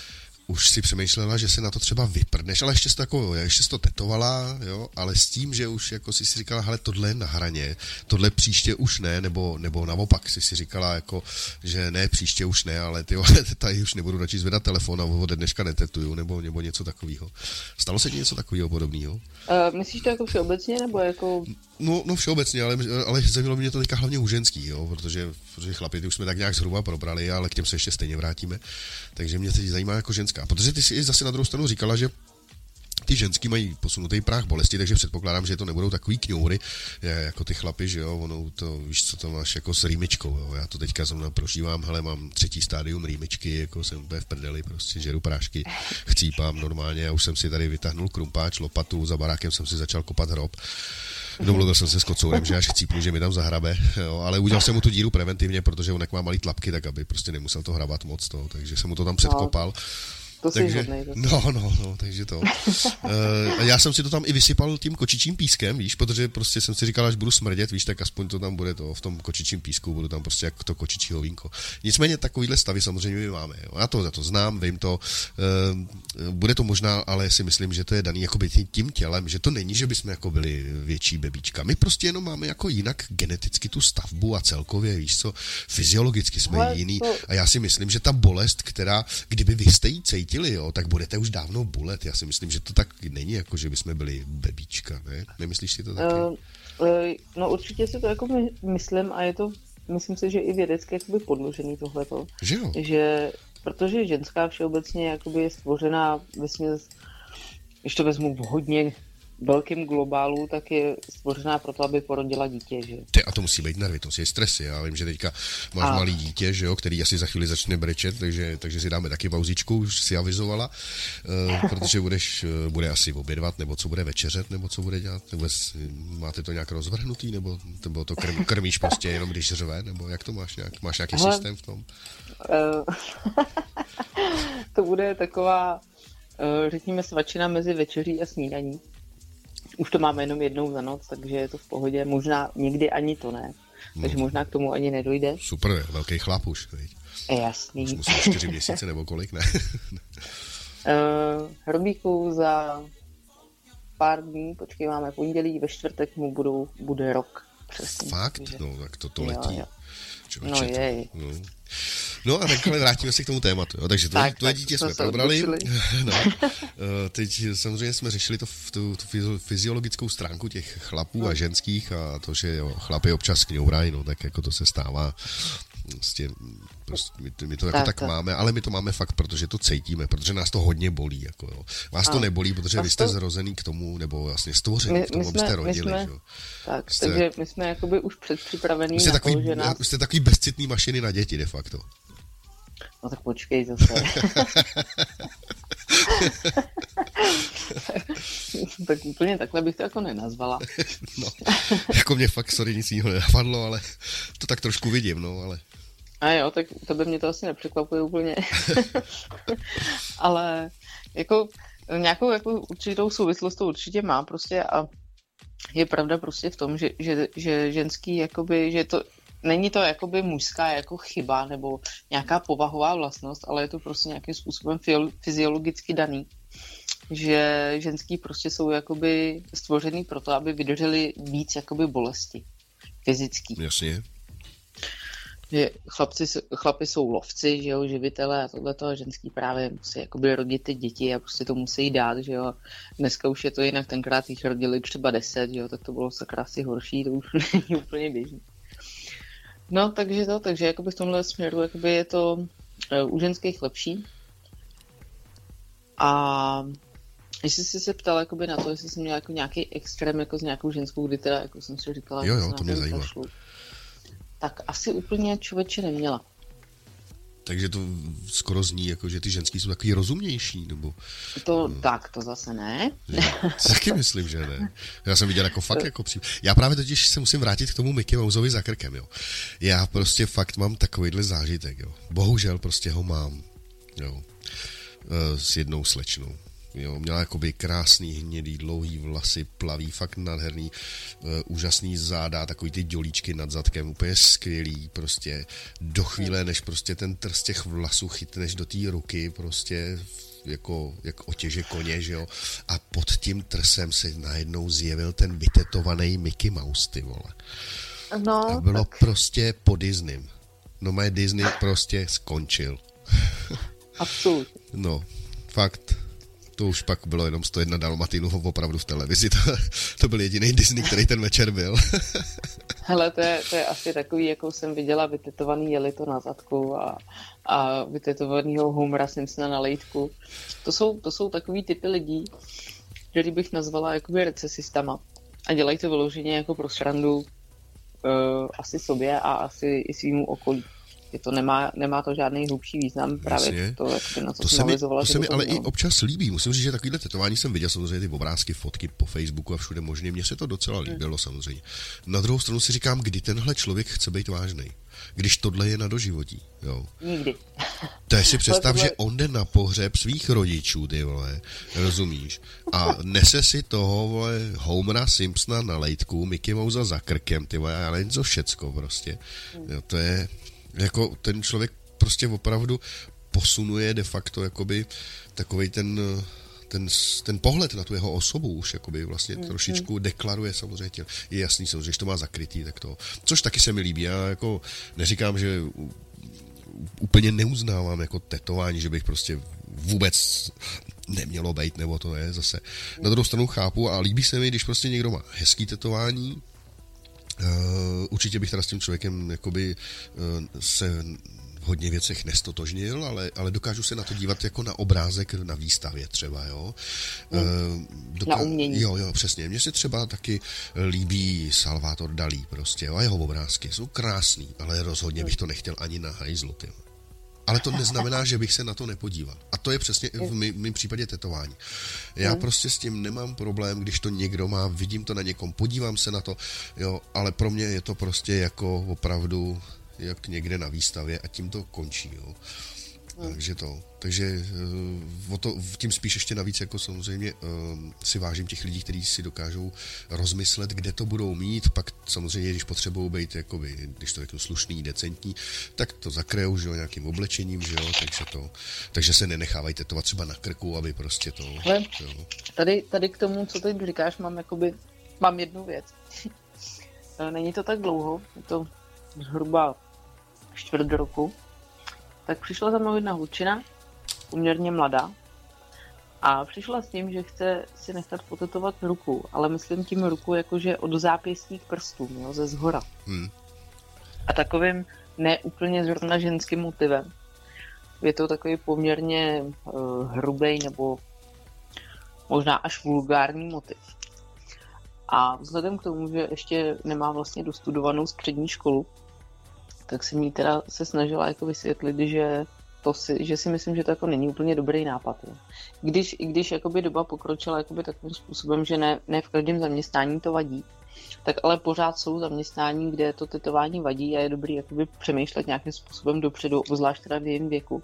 B: už si přemýšlela, že se na to třeba vyprdneš, ale ještě jsi to, jako, ještě jsi to tetovala, jo, ale s tím, že už jako si si říkala, hele, tohle je na hraně, tohle příště už ne, nebo, nebo naopak si si říkala, jako, že ne, příště už ne, ale ty tady už nebudu radši zvedat telefon a ode dneška netetuju, nebo, nebo něco takového. Stalo se ti něco takového podobného?
A: Uh, myslíš to jako všeobecně, nebo jako...
B: No, no všeobecně, ale, ale zajímalo mě to teďka hlavně u ženských, jo, protože, protože chlapi, ty už jsme tak nějak zhruba probrali, ale k těm se ještě stejně vrátíme. Takže mě teď zajímá jako ženská. Protože ty si zase na druhou stranu říkala, že ty ženský mají posunutý práh bolesti, takže předpokládám, že to nebudou takový kňoury, jako ty chlapi, že jo, ono to, víš, co to máš jako s rýmičkou, jo, já to teďka zrovna prožívám, hele, mám třetí stádium rýmičky, jako jsem úplně v prdeli, prostě žeru prášky, chcípám normálně, já už jsem si tady vytáhnul krumpáč, lopatu, za barákem jsem si začal kopat hrob. Domluvil jsem se s kocourem, že až chcípnu, že mi tam zahrabe, jo, ale udělal jsem mu tu díru preventivně, protože on jak má malý tlapky, tak aby prostě nemusel to hrabat moc, to, takže jsem mu to tam předkopal.
A: To
B: takže,
A: hodnej, to
B: no, no, no, takže to. E, já jsem si to tam i vysypal tím kočičím pískem, víš, protože prostě jsem si říkal, až budu smrdět, víš, tak aspoň to tam bude to v tom kočičím písku, budu tam prostě jako to kočičího vínko. Nicméně takovýhle stavy samozřejmě my máme, jo. Já to, já to znám, vím to, e, bude to možná, ale si myslím, že to je daný jakoby tím tělem, že to není, že bychom jako byli větší bebíčka. My prostě jenom máme jako jinak geneticky tu stavbu a celkově, víš co, fyziologicky jsme ale jiný to... a já si myslím, že ta bolest, která, kdyby vy jste jí cítili, jo, tak budete už dávno bolet. Já si myslím, že to tak není, jako že bychom byli bebíčka, ne? Nemyslíš si to taky? Uh,
A: uh, no určitě si to jako my, myslím a je to, myslím si, že i vědecky jakoby podložený tohleto.
B: Že jo?
A: Že, protože ženská všeobecně jakoby je stvořená vesměs, když to vezmu v hodně velkým globálu, tak je stvořená proto, aby porodila dítě, že?
B: Ty, a to musí být nervy, to musí být stresy. Já vím, že teďka máš a... malý dítě, že jo, který asi za chvíli začne brečet, takže, takže si dáme taky pauzičku, už si avizovala, uh, protože budeš, uh, bude asi obědvat, nebo co bude večeřet, nebo co bude dělat, nebo máte to nějak rozvrhnutý, nebo, nebo to krm, krmíš prostě jenom když řve, nebo jak to máš nějak, máš nějaký Hele, systém v tom?
A: Uh, to bude taková, uh, řekněme, svačina mezi večeří a snídaní. Už to máme jenom jednou za noc, takže je to v pohodě. Možná někdy ani to ne. Takže no. Možná k tomu ani nedojde.
B: Super, velký chlap už. Veď.
A: Jasný.
B: Už musíš čtyři měsíce nebo kolik, ne?
A: uh, Hrobíku za pár dní, počkej, máme pondělí, ve čtvrtek mu budou, bude rok. Přesně.
B: Fakt?
A: Takže...
B: No, tak to, to letí.
A: Jo, jo.
B: Člověče,
A: no jej.
B: No. No a takhle vrátíme se k tomu tématu. Jo. Takže to, tak, tvoje dítě jsme probrali. No. Teď samozřejmě jsme řešili to, tu, tu fyziologickou stránku těch chlapů no. a ženských a to, že jo, chlapy občas kňourají, no tak jako to se stává. Prostě, prostě my, my to jako tak, tak, tak máme, ale my to máme fakt, protože to cítíme, protože nás to hodně bolí. Jako, jo. Vás a, to nebolí, protože vy jste to... zrozený k tomu, nebo vlastně stvořený k tomu, jsme, abyste rodili. Jsme,
A: tak, jste, takže my jsme jakoby už předpřipravení
B: na takový,
A: to, že nás...
B: Jste takový bezcitný mašiny na děti, de facto.
A: No tak počkej zase. Tak úplně takhle bych to jako nenazvala.
B: No, jako mě fakt, sorry, nic jiného nenapadlo, ale to tak trošku vidím, no, ale...
A: A jo, tak tebe mě to asi nepřekvapuje úplně. Ale jako nějakou jako určitou souvislost to určitě má prostě a je pravda prostě v tom, že, že, že ženský jakoby, že to není to jakoby mužská jako chyba nebo nějaká povahová vlastnost, ale je to prostě nějakým způsobem fyziologicky daný. Že ženský prostě jsou jakoby stvořený proto, aby vydrželi víc jakoby bolesti fyzický.
B: Jasně.
A: Že chlapci, chlapi jsou lovci, že jo, živitelé a tohleto a ženský právě musí jakoby rodit ty děti a prostě to musí dát, že jo. Dneska už je to jinak, tenkrát jich rodili třeba deset, že jo, tak to bylo sakra asi horší, to už není úplně běžný. No, takže to, takže jakoby v tomhle směru jakoby je to uh, u ženských lepší. A jestli jsi se ptal jakoby na to, jestli jsi měl jako nějaký extrém jako s nějakou ženskou, kdy teda, jako jsem si říkala,
B: jo, jo, to mě zajímá. Kašlu,
A: tak asi úplně člověče neměla.
B: Takže to skoro zní, jako, že ty ženský jsou takový rozumnější, nebo...
A: To, no. Tak, to zase ne.
B: Taky myslím, že ne. Já jsem viděl jako fakt jako přímo. Já právě totiž se musím vrátit k tomu Mickey Mouseovi za krkem, jo. Já prostě fakt mám takovýhle zážitek, jo. Bohužel prostě ho mám, jo. S jednou slečnou. Jo, měla jakoby krásný, hnědý, dlouhý vlasy, plavý, fakt nádherný, uh, úžasný záda, takový ty dělíčky nad zadkem, úplně skvělý, prostě do chvíle, než prostě ten trst těch vlasů chytneš do té ruky, prostě jako, jak otěže koně, že jo. A pod tím trsem se najednou zjevil ten vytetovaný Mickey Mouse, ty vole.
A: No,
B: a bylo
A: tak...
B: prostě po Disneym. No mé Disney prostě skončil.
A: Absolutně.
B: No, fakt. To už pak bylo jenom sto jedna Dalmatinů opravdu v televizi. To, to byl jediný Disney, který ten večer byl.
A: Hele, to je, to je asi takový, jakou jsem viděla, vytetovaný jelito na zadku a, a vytetovanýho Homera Simpsona na lejtku. To jsou, to jsou takový typy lidí, který bych nazvala jakoby recesistama. A dělají to vyloženě jako pro srandu uh, asi sobě a asi i svýmu okolí. Je to nemá, nemá to žádný hlubší význam, právě
B: Jasně.
A: to, jak na co
B: to
A: jsem
B: se mi,
A: avizovala.
B: to se mi
A: to
B: ale
A: mělo.
B: i občas líbí. Musím říct, že takovýhle tetování jsem viděl, samozřejmě ty obrázky, fotky po Facebooku a všude možně. Mně se to docela líbilo, hmm. samozřejmě. Na druhou stranu si říkám, kdy tenhle člověk chce být vážnej. Když tohle je na doživotí, jo.
A: Nikdy.
B: To je si představ,
A: tohle...
B: že on jde na pohřeb svých rodičů, ty vole, rozumíš? A nese si toho, vole, Homera Simpsona na lejtku, Mickey Mouse za krkem, ty vole, a něco všecko prostě. Jo, to je, jako ten člověk prostě opravdu posunuje de facto jakoby takovej ten... Ten, ten pohled na tu jeho osobu už jakoby vlastně mm, trošičku mm. deklaruje samozřejmě tě. Je jasný samozřejmě, že to má zakrytý, tak to, což taky se mi líbí. Já jako neříkám, že úplně neuznávám jako tetování, že bych prostě vůbec nemělo být, nebo to je zase. Mm. Na druhou stranu chápu a líbí se mi, když prostě někdo má hezký tetování. Uh, určitě bych teda s tím člověkem jakoby uh, se v hodně věcech nestotožnil, ale, ale dokážu se na to dívat jako na obrázek na výstavě třeba, jo.
A: Hmm. Doká- na umění.
B: Jo, jo, přesně. Mně se třeba taky líbí Salvador Dalí prostě, jo, a jeho obrázky jsou krásný, ale rozhodně bych to nechtěl ani na hajzlu, ty. Ale to neznamená, že bych se na to nepodíval. A to je přesně v mý, mým případě tetování. Já hmm. prostě s tím nemám problém, když to někdo má, vidím to na někom, podívám se na to, jo, ale pro mě je to prostě jako opravdu jak někde na výstavě a tím to končí, jo. Hmm. Takže to, takže o to, tím spíš ještě navíc jako samozřejmě um, si vážím těch lidí, kteří si dokážou rozmyslet, kde to budou mít, pak samozřejmě, když potřebují být jakoby, když to je slušný, decentní, tak to zakrejou, že jo, nějakým oblečením, že jo, takže to, takže se nenechávají tetovat třeba na krku, aby prostě to,
A: ale tady, tady k tomu, co teď říkáš, mám jakoby, mám jednu věc. Není to tak dlouho, je to zhruba čtvrt roku, tak přišla za mnou jedna holčina, poměrně mladá, a přišla s tím, že chce si nechat potetovat ruku, ale myslím tím ruku jakože od zápěstí k prstům, jo, ze zhora. Hmm. A takovým ne úplně zrovna ženským motivem. Je to takový poměrně uh, hrubý nebo možná až vulgární motiv. A vzhledem k tomu, že ještě nemá vlastně dostudovanou střední školu, tak jsem jí teda se snažila jako vysvětlit, že, to si, že si myslím, že to jako není úplně dobrý nápad. Jo. Když, I když jakoby doba pokročila jakoby takovým způsobem, že ne, ne v každém zaměstnání to vadí, tak ale pořád jsou zaměstnání, kde to tetování vadí a je dobrý jakoby přemýšlet nějakým způsobem dopředu, obzvlášť teda v jejím věku.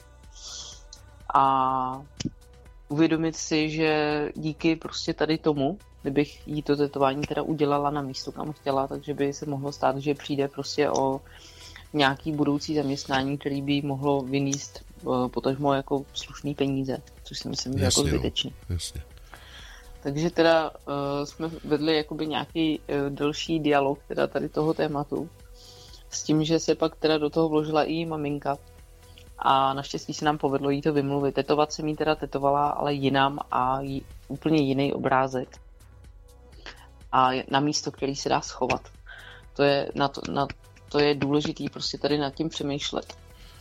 A: A uvědomit si, že díky prostě tady tomu, kdybych jí to tetování teda udělala na místo, kam chtěla, takže by se mohlo stát, že přijde prostě o nějaký budoucí zaměstnání, který by mohlo vynést uh, potažmo jako slušný peníze, což si myslím, že jasně, jako zbytečný.
B: Jasně.
A: Takže teda uh, jsme vedli jakoby nějaký uh, delší dialog teda tady toho tématu s tím, že se pak teda do toho vložila i maminka a naštěstí se nám povedlo jí to vymluvit. Tetovat jsem jí teda tetovala, ale jinam a jí, úplně jiný obrázek. A na místo, který se dá schovat. To je na to, na To je důležitý prostě tady nad tím přemýšlet,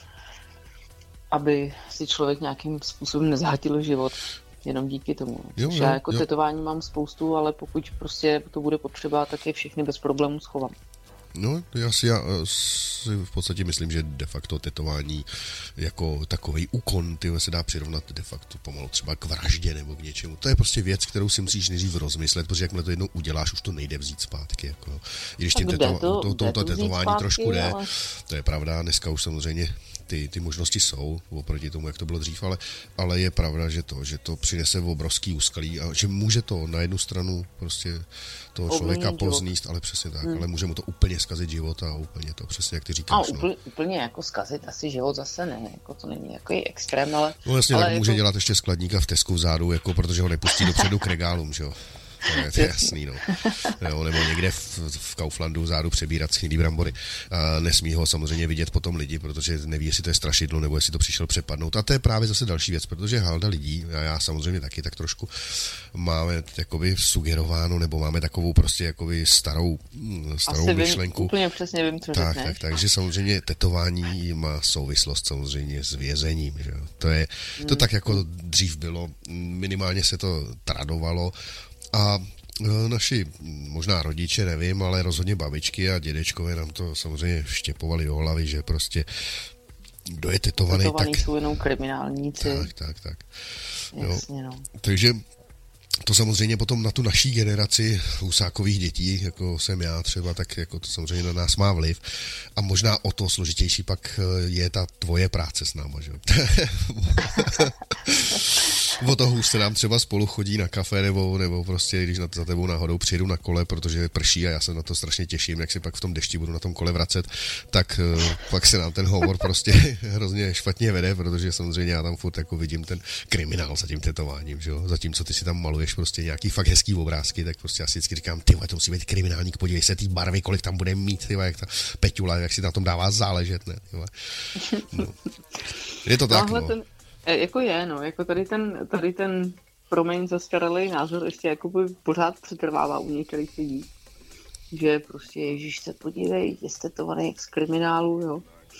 A: aby si člověk nějakým způsobem nezahatil život jenom díky tomu. Jo, jo, já jako jo. tetování mám spoustu, ale pokud prostě to bude potřeba, tak je všechny bez problémů schovám.
B: No, já si, já si v podstatě myslím, že de facto tetování jako takovej úkon, tyhle se dá přirovnat de facto pomalu třeba k vraždě nebo k něčemu. To je prostě věc, kterou si musíš nejdřív rozmyslet, protože jakmile to jednou uděláš, už to nejde vzít zpátky. Jako. I když tím tetova- to, to, to, to tetování zpátky, trošku jde, ale... to je pravda, dneska už samozřejmě ty, ty možnosti jsou oproti tomu, jak to bylo dřív, ale, ale je pravda, že to, že to přinese obrovský úskalí a že může to na jednu stranu prostě toho člověka pozníst, ale přesně tak, hmm. ale může mu to úplně zkazit život a úplně to, přesně jak ty říkáš.
A: A úplně, no. úplně jako zkazit asi život zase ne, jako to není jako extrém, ale...
B: No jasně,
A: ale
B: tak
A: jako...
B: může dělat ještě skladníka v Tesku vzadu, jako protože ho nepustí dopředu k regálům, že jo. To je, to je jasný, no. Jo, nebo někde v, v Kauflandu vzadu přebírat schnilý brambory. A nesmí ho samozřejmě vidět potom lidi, protože neví, jestli to je strašidlo, nebo jestli to přišel přepadnout. A to je právě zase další věc, protože halda lidí, a já samozřejmě taky tak trošku, máme jakoby sugerováno, nebo máme takovou prostě jakoby starou, starou
A: Asi
B: myšlenku.
A: Vím, úplně přesně vím, co
B: tak,
A: řekneš.
B: tak, takže samozřejmě tetování má souvislost samozřejmě s vězením. Že? To je to hmm. tak, jako dřív bylo. Minimálně se to tradovalo. A naši možná rodiče, nevím, ale rozhodně babičky a dědečkové nám to samozřejmě štěpovali do hlavy, že prostě kdo je tetovaný,
A: tetovaný
B: tak...
A: jsou jenom kriminálníci.
B: Tak, tak, tak.
A: Jasně, no.
B: Takže to samozřejmě potom na tu naší generaci husákových dětí, jako jsem já třeba, tak jako to samozřejmě na nás má vliv. A možná o to složitější pak je ta tvoje práce s náma, že jo? O to hůř se nám třeba spolu chodí na kafe, nebo, nebo prostě, když na, za tebou náhodou přijedu na kole, protože prší a já se na to strašně těším, jak si pak v tom dešti budu na tom kole vracet, tak uh, pak se nám ten hovor prostě hrozně špatně vede, protože samozřejmě já tam furt jako vidím ten kriminál za tím tetováním, že jo? Zatímco ty si tam maluješ prostě nějaký fakt hezký obrázky, tak prostě já si vždycky říkám, ty to musí být kriminálník, podívej se ty barvy, kolik tam bude mít, ty jak ta Peťula, jak si na tom dává záležet, ne? No. Je to tak, no.
A: Ten... Jako je, no, jako tady ten, tady ten promiň zastaralý názor ještě jakoby pořád přetrvává u některých lidí. Že prostě, ježiš, se podívej, je stetovaný jak z kriminálu, jo.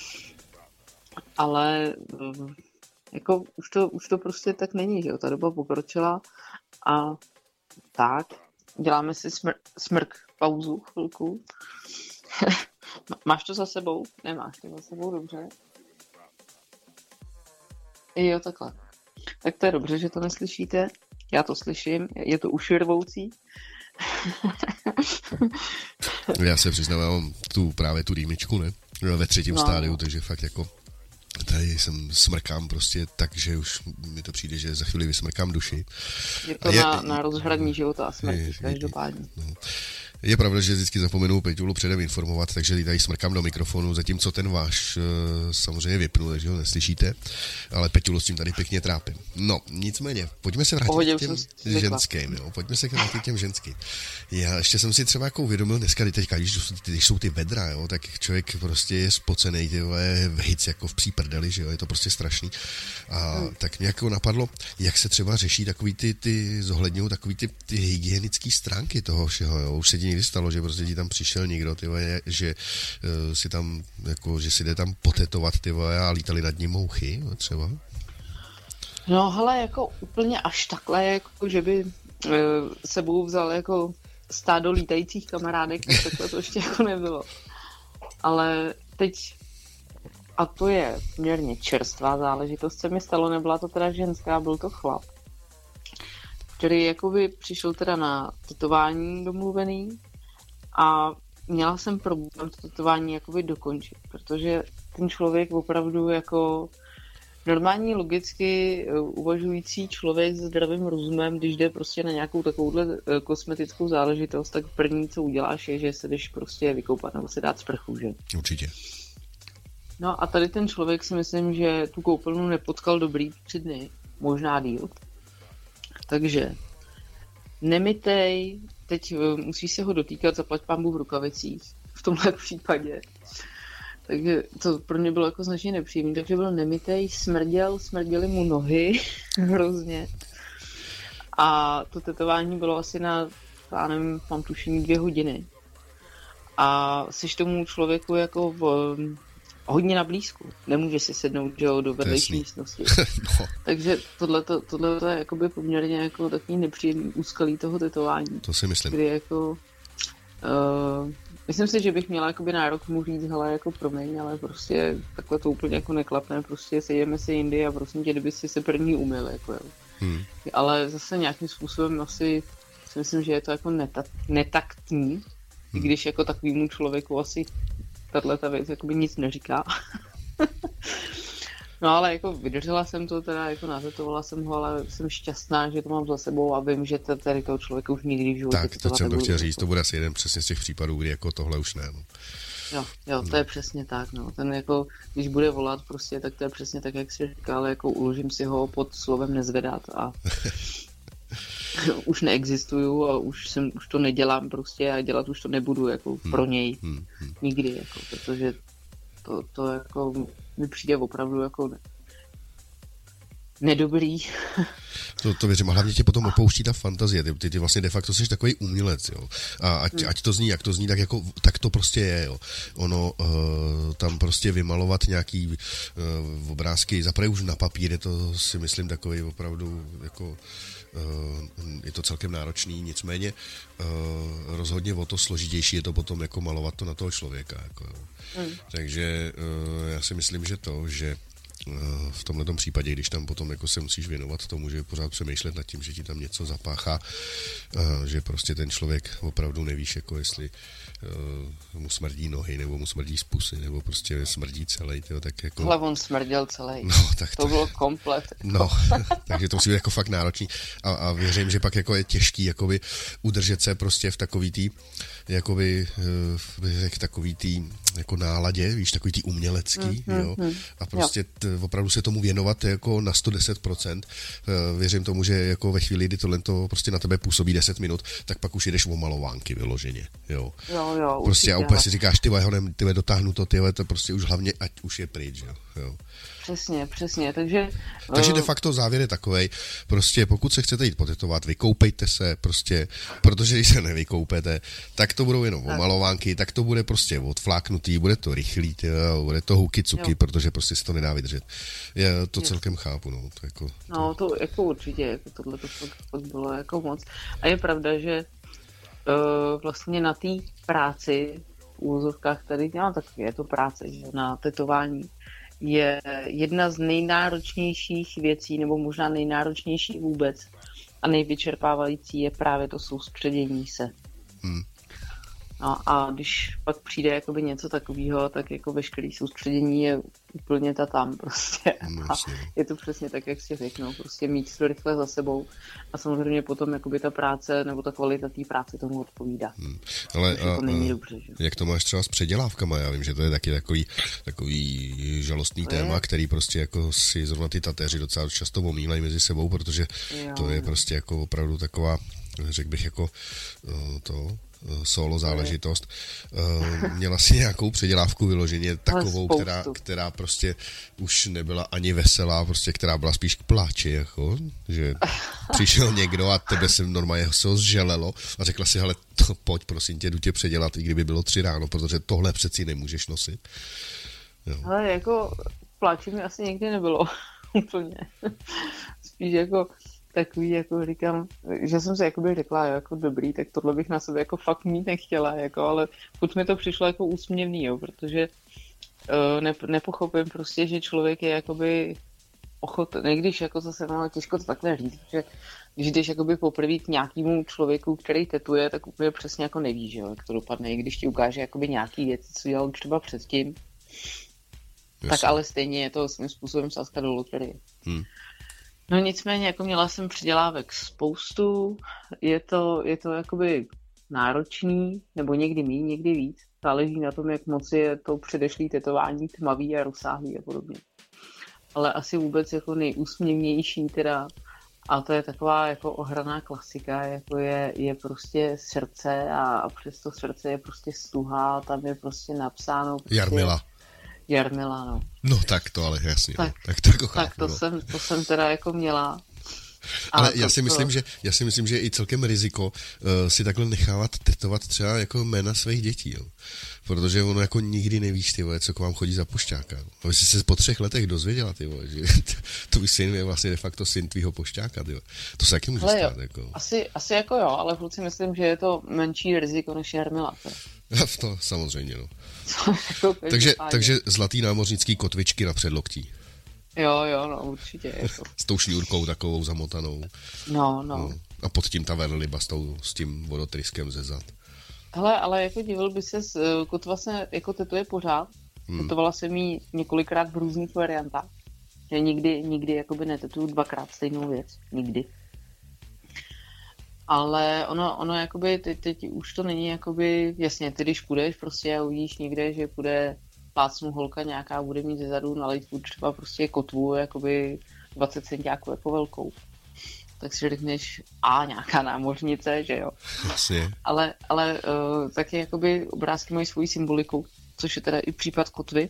A: Ale jako už to, už to prostě tak není, že jo, ta doba pokročila a tak, děláme si smr- smrk pauzu chvilku. Máš to za sebou? Nemáš to za sebou, dobře. Jo, takhle. Tak to je dobře, že to neslyšíte. Já to slyším, je to uširvoucí.
B: Já se přiznávám tu právě tu rýmičku, ne? Ve třetím no. stádiu, takže fakt jako tady jsem smrkám prostě tak, že už mi to přijde, že za chvíli vysmrkám duši.
A: Je to je, na, na rozhraní života a smrti, každopádně. No.
B: Je pravda, že vždycky zapomenu Peťulu předem informovat, takže tady smrkám do mikrofonu, zatímco ten váš uh, samozřejmě vypnu, takže ho neslyšíte, ale Peťulu s tím tady pěkně trápím. No, nicméně, pojďme se vrátit Pohodě, k těm ženským, jo, pojďme se vrátit k těm ženským. Já ještě jsem si třeba jako uvědomil dneska, teďka, když, když jsou ty vedra, jo, tak člověk prostě je spocenej, ty vole, hic jako v příprdeli, že jo, je to prostě strašný. A hmm. tak mě jako napadlo, jak se třeba řeší takový ty, ty zohledňují takový ty, ty hygienické stránky toho všeho, jo, už se ti někdy stalo, že prostě ti tam přišel někdo, ty vole, že uh, si tam, jako, že si jde tam potetovat, ty vole, a lítali nad ním mouchy, třeba?
A: No, hele, jako úplně až takhle, jako, že by uh, sebou vzal jako stádo lítajících kamarádek, tak takhle to ještě jako nebylo. Ale teď, a to je poměrně čerstvá záležitost, se mi stalo, nebyla to teda ženská, byl to chlap, který jakoby přišel teda na tetování domluvený a měla jsem problém to tetování jakoby dokončit, protože ten člověk opravdu jako normální logicky uvažující člověk se zdravým rozumem, když jde prostě na nějakou takovouhle kosmetickou záležitost, tak první, co uděláš, je, že se jdeš prostě vykoupat nebo se dát sprchu, že?
B: Určitě.
A: No a tady ten člověk si myslím, že tu koupelnu nepotkal dobrý tři dny, možná díl. Takže nemitej, teď musíš se ho dotýkat, zaplať pánbůh v rukavicích, v tomhle případě. Takže to pro mě bylo jako značně nepříjemné, takže byl nemitej, smrděl, smrděly mu nohy hrozně. A to tetování bylo asi na, já nevím, mám tušení dvě hodiny. A jsi tomu člověku jako v, hodně na blízku. Nemůže si sednout, že jo, do vedlejší místnosti. No. Takže tohleto, tohleto je jakoby poměrně jako takový nepříjemný úskalí toho tetování.
B: To si myslím.
A: Kdy jako... Uh, myslím si, že bych měla jakoby nárok mu říct, hele, jako promiň, ale prostě takhle to úplně jako neklapne, prostě sejdeme se jindy a prosím tě, kdyby si se první umyl, jako jo. Hmm. Ale zase nějakým způsobem asi si myslím, že je to jako neta, netaktní, hmm. i když jako takovýmu člověku asi tato věc jakoby nic neříká. No ale jako vydržela jsem to, teda jako natetovala jsem ho, ale jsem šťastná, že to mám za sebou a vím, že tady toho člověka už nikdy v životě
B: Tak, to jsem to chtěl říct, to bude asi jeden přesně z těch případů, kdy jako tohle už ne. No.
A: Jo, jo, to no. je přesně tak, no. Ten jako, když bude volat prostě, tak to je přesně tak, jak jsi říkal, jako uložím si ho pod slovem nezvedat a už neexistuju a už jsem, už to nedělám prostě a dělat už to nebudu jako hmm. pro něj hmm. Hmm. nikdy, jako, protože to, to jako mi přijde opravdu jako ne, nedobrý.
B: To, to věřím, a hlavně tě potom opouští ta fantazie, ty, ty, ty vlastně de facto jsi takový umělec, jo. A ať, hmm. ať to zní, jak to zní, tak jako, tak to prostě je, jo. Ono, uh, tam prostě vymalovat nějaký uh, obrázky, zaprvé už na papír, to si myslím takový opravdu, jako, uh, je to celkem náročný, nicméně uh, rozhodně o to složitější je to potom jako malovat to na toho člověka, jako, hmm. Takže uh, já si myslím, že to, že v tomhletom případě, když tam potom jako se musíš věnovat tomu, že pořád přemýšlet nad tím, že ti tam něco zapáchá, že prostě ten člověk opravdu nevíš, jako jestli mu smrdí nohy, nebo mu smrdí z pusy, nebo prostě smrdí celý, tyjo, tak jako...
A: Ale on smrděl celý.
B: No, tak
A: to, to bylo komplet. Jako.
B: No, takže to musí být jako fakt náročný a, a věřím, že pak jako je těžký jakoby udržet se prostě v takový tý, jakoby, v takový tý jako náladě, víš, takový tý umělecký, mm, jo, mm, a prostě t, opravdu se tomu věnovat jako na sto deset procent. Věřím tomu, že jako ve chvíli, kdy tohle to prostě na tebe působí deset minut, tak pak už jdeš o malovánky vyloženě, jo.
A: Jo, jo,
B: prostě a úplně si říkáš, ty honem, ty dotáhnu to, ty to prostě už hlavně, ať už je pryč, jo. jo.
A: Přesně, přesně, takže...
B: Takže de facto závěr je takovej, prostě pokud se chcete jít potetovat, vykoupejte se prostě, protože když se nevykoupete, tak to budou jenom omalovánky, tak to bude prostě odfláknutý, bude to rychlý, tyjo, bude to huky cuky, jo. Protože prostě se to nedá vydržet. Já to yes. celkem chápu, no. To jako, to...
A: No, to jako určitě, jako tohle to fakt, fakt bylo jako moc. A je pravda, že uh, vlastně na té práci v úvozovkách tady, no tak je to práce, že na tetování, je jedna z nejnáročnějších věcí, nebo možná nejnáročnější vůbec a nejvyčerpávající je právě to soustředění se. Hmm. No a když pak přijde jakoby něco takového, tak jako veškerý soustředění je úplně ta tam prostě.
B: No,
A: a je to přesně tak, jak si řeknou, prostě mít to rychle za sebou a samozřejmě potom jakoby ta práce nebo ta kvalita té práce tomu odpovídá. Hmm.
B: Ale a,
A: to není dobře, že?
B: Jak to máš třeba s předělávkama? Já vím, že to je taky takový, takový žalostný to téma, je. Který prostě jako si zrovna ty tatéři docela často omílají mezi sebou, protože jo. To je prostě jako opravdu taková, řekl bych jako to... solo záležitost. Uh, měla si nějakou předělávku vyloženě takovou, která, která prostě už nebyla ani veselá, prostě která byla spíš k pláči, jako, že přišel někdo a tebe se normálně se ho zželelo a řekla si, hele, to, pojď, prosím tě, jdu tě předělat, i kdyby bylo tři ráno, protože tohle přeci nemůžeš nosit. Jo.
A: Ale jako pláči mi asi nikdy nebylo úplně. Spíš jako takový, jako říkám, že jsem si jakoby řekla, jako dobrý, tak tohle bych na sebe jako fakt mít nechtěla, jako, ale furt mi to přišlo jako úsměvný, jo, protože uh, ne, nepochopím prostě, že člověk je jakoby ochotný, když jako zase no, těžko to takhle říct, že když jdeš jakoby poprvé k nějakému člověku, který tetuje, tak úplně přesně jako nevíš, že jo, jak to dopadne, i když ti ukáže jakoby nějaký věci, co dělal třeba předtím, yes. Tak ale stejně je to svým způsobem sázka do loterie. Hmm. No nicméně, jako měla jsem předělávek spoustu, je to, je to jakoby náročný, nebo někdy méně, někdy víc. Záleží na tom, jak moc je to předešlý tetování tmavý a rozsáhlý a podobně. Ale asi vůbec jako nejúsměvnější teda, a to je taková jako ohraná klasika, jako je, je prostě srdce a, a přes to srdce je prostě stuha, tam je prostě napsáno... Prostě,
B: Jarmila.
A: Jarmila, no.
B: No tak to ale jasně,
A: tak,
B: tak to jako chápu,
A: tak to,
B: no.
A: jsem, to jsem teda jako měla.
B: Ale já si, to... myslím, že, já si myslím, že je i celkem riziko uh, si takhle nechávat tetovat třeba jako jména svých dětí, jo. Protože ono jako nikdy nevíš, ty vole, co k vám chodí za pošťáka. Aby jsi se po třech letech dozvěděla, ty vole, že tvůj syn je vlastně de facto syn tvýho pošťáka, ty vole. To se taky může
A: ale
B: stát,
A: jo,
B: jako.
A: Asi, asi jako jo, ale vůbec si myslím, že je to menší riziko než Jarmila.
B: To samozřejmě, no. takže, takže zlatý námořnický kotvičky na předloktí.
A: Jo, jo, no, určitě. Jako.
B: S tou šňůrkou takovou zamotanou.
A: No, no. no.
B: A pod tím ta verliba s, tou, s tím vodotryskem ze zad.
A: Hele, ale jako divil by se, kotva se jako tetuje pořád. Hmm. Tetovala jsem jí několikrát v různých variantách. Že nikdy, nikdy jakoby netetuju dvakrát stejnou věc. Nikdy. Ale ono, ono jakoby, teď, teď už to není jakoby, jasně, ty když půjdeš prostě a uvidíš někde, že půjde plácnu holka nějaká, bude mít zezadu na lejtku třeba prostě kotvu, jakoby dvacet centiáků jako velkou. Tak si řekneš, a nějaká námořnice, že jo.
B: Jasně.
A: Ale, ale uh, taky jakoby obrázky mají svoji symboliku, což je teda i případ kotvy.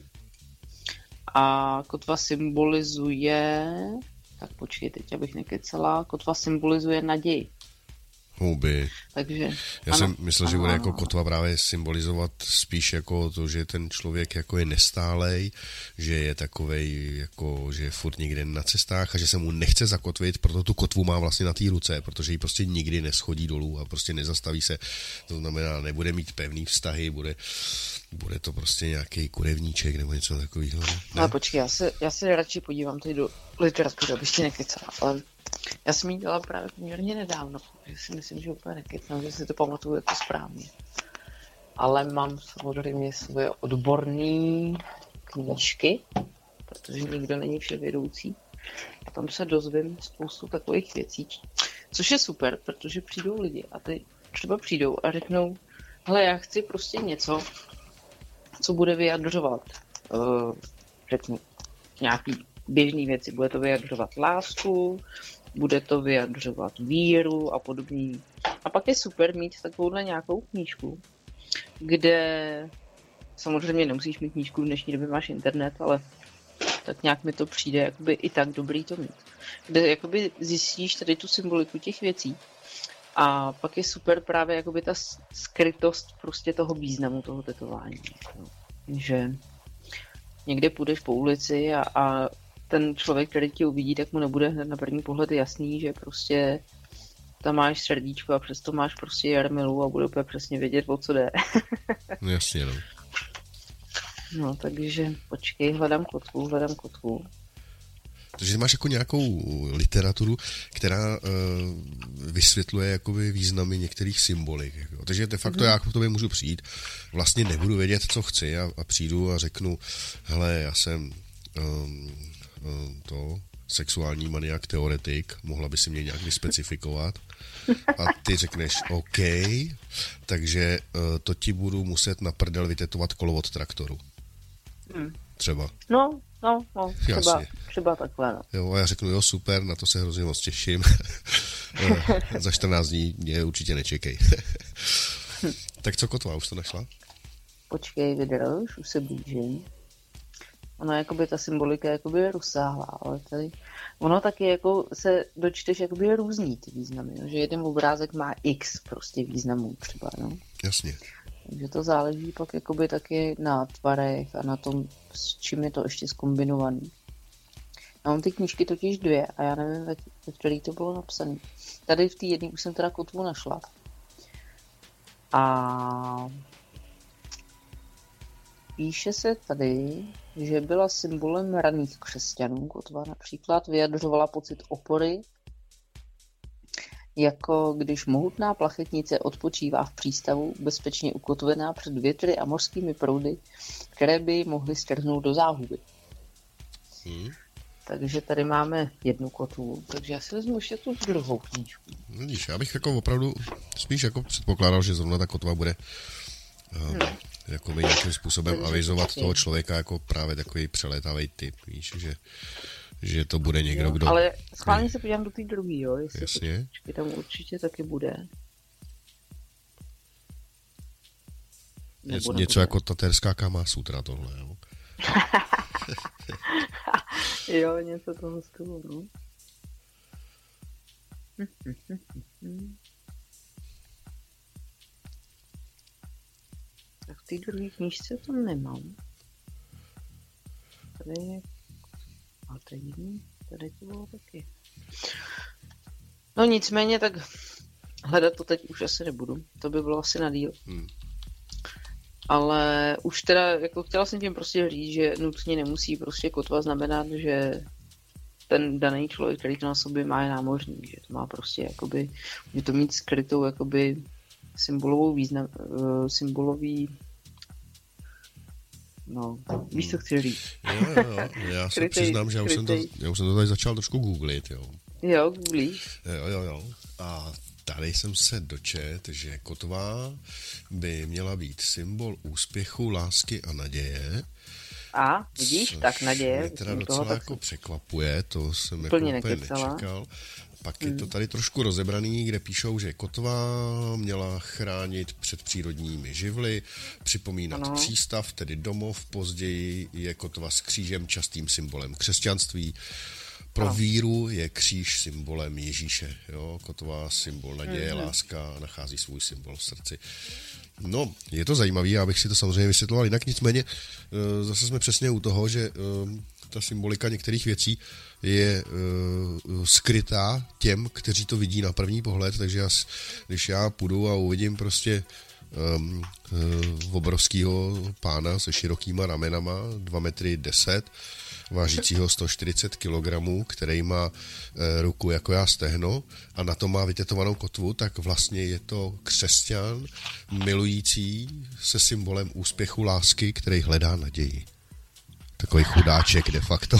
A: A kotva symbolizuje, tak počkej, teď abych nekecela, kotva symbolizuje naději.
B: Houby.
A: Takže,
B: Já
A: ano,
B: jsem myslel,
A: ano,
B: že bude
A: ano,
B: jako
A: ano.
B: kotva právě symbolizovat spíš jako to, že ten člověk jako je nestálej, že je takovej, jako, že je furt někde na cestách a že se mu nechce zakotvit, proto tu kotvu má vlastně na té ruce, protože ji prostě nikdy neschodí dolů a prostě nezastaví se. To znamená, nebude mít pevný vztahy, bude, bude to prostě nějaký kurevníček nebo něco takového. Ne?
A: Ale počkej, já se, já se radši podívám tady do literatury, abych ti nekecala, ale já jsem ji dělala právě poměrně nedávno, takže si myslím, že úplně nekecám, že si to pamatuju jako správně. Ale mám samozřejmě svoje odborné knížky, protože nikdo není vševědoucí. A tam se dozvím spoustu takových věcí, což je super, protože přijdou lidi a ty třeba přijdou a řeknou, hele, já chci prostě něco, co bude vyjadřovat, uh, řeknu, nějaký běžný věci. Bude to vyjadřovat lásku, bude to vyjadřovat víru a podobný. A pak je super mít takovouhle nějakou knížku, kde samozřejmě nemusíš mít knížku, v dnešní době máš internet, ale tak nějak mi to přijde jakoby i tak dobrý to mít. Kde jakoby zjistíš tady tu symboliku těch věcí a pak je super právě jakoby ta skrytost prostě toho významu toho tetování. Že někde půjdeš po ulici a, a ten člověk, který tě uvidí, tak mu nebude hned na první pohled jasný, že prostě tam máš srdíčko a přesto máš prostě jarmilu a bude úplně přesně vědět, o co jde.
B: No jasně, no.
A: No, takže počkej, hledám kotvu, hledám kotvu.
B: Takže máš jako nějakou literaturu, která uh, vysvětluje jakoby významy některých symbolik. Jako. Takže de facto mm. já k tobě můžu přijít, vlastně nebudu vědět, co chci a, a přijdu a řeknu, hele, já jsem um, um, to sexuální maniak teoretik, mohla by si mě nějak vyspecifikovat. A ty řekneš, OK, takže uh, to ti budu muset na prdel vytetovat kolo od traktoru. Mm. Třeba.
A: No, no, no, třeba,
B: Jasně.
A: třeba takhle, no.
B: Jo, a já řeknu, jo, super, na to se hrozně moc těším. Za čtrnáct dní mě určitě nečekej. Tak co kotva, už to našla?
A: Počkej, vydrž, už se blížím. Ono jakoby ta symbolika jakoby je rozsáhlá, ale tady ono taky jako se dočteš jakoby různý ty významy, no? Že jeden obrázek má x prostě významů třeba, no.
B: Jasně. Takže
A: to záleží pak jakoby taky na tvarech a na tom, s čím je to ještě zkombinovaný. Já mám ty knížky totiž dvě a já nevím, ve, ve který to bylo napsané. Tady v té jedné už jsem teda kotvu našla. A píše se tady, že byla symbolem raných křesťanů. Kotva například vyjadřovala pocit opory, jako když mohutná plachetnice odpočívá v přístavu, bezpečně ukotvená před větry a mořskými proudy, které by mohly strhnout do záhuby. Hmm. Takže tady máme jednu kotvu, takže já si vezmu ještě tu druhou knížku.
B: Vidíš, já bych jako opravdu spíš jako předpokládal, že zrovna ta kotva bude uh, hmm. jako nějakým způsobem takže avizovat toho člověka jako právě takový přelétavý typ, víš, že že to bude někdo,
A: jo,
B: kdo...
A: Ale schválně se podívám do té druhý, jo, jestli
B: jasně.
A: To, tam určitě taky bude.
B: Něco, něco jako taterská Kama Sutra tohle, jo.
A: Jo, něco toho stylu, no. Tak v té druhé knížce to nemám. Tady je... A to jiný, tady to bylo taky. No nicméně, tak hledat to teď už asi nebudu. To by bylo asi na díl. Hmm. Ale už teda, jako chtěla jsem tím prostě říct, že nutně nemusí prostě kotva znamenat, že ten daný člověk, který to na sobě má, je námořník, že to má prostě jakoby, že to mít skrytou jakoby symbolovou význam, uh, symbolový no, víš, co chci říct.
B: Jo, jo, jo. Já se přiznám, že já už, jsem to, já už jsem to tady začal trošku googlit, jo.
A: Jo, googlíš.
B: Jo, jo, jo. A tady jsem se dočet, že kotva by měla být symbol úspěchu, lásky a naděje.
A: A, vidíš, tak naděje.
B: Mě teda docela toho, jako tak překvapuje, to jsem
A: úplně
B: jako úplně
A: nekecala.
B: nečekal. Pak je to tady trošku rozebraný, kde píšou, že kotva měla chránit před přírodními živly, připomínat ano. přístav, tedy domov. Později je kotva s křížem častým symbolem křesťanství. Pro ano. víru je kříž symbolem Ježíše. Jo? Kotva symbol naděje, mm-hmm. láska, nachází svůj symbol v srdci. No, je to zajímavé, já bych si to samozřejmě vysvětloval jinak, nicméně zase jsme přesně u toho, že ta symbolika některých věcí je uh, skrytá těm, kteří to vidí na první pohled, takže já, když já půjdu a uvidím prostě um, uh, obrovskýho pána se širokýma ramenama, dva metry deset, vážícího sto čtyřicet kilogramů, který má uh, ruku jako já stehno a na to má vytetovanou kotvu, tak vlastně je to křesťan milující se symbolem úspěchu, lásky, který hledá naději. Takový chudáček de facto.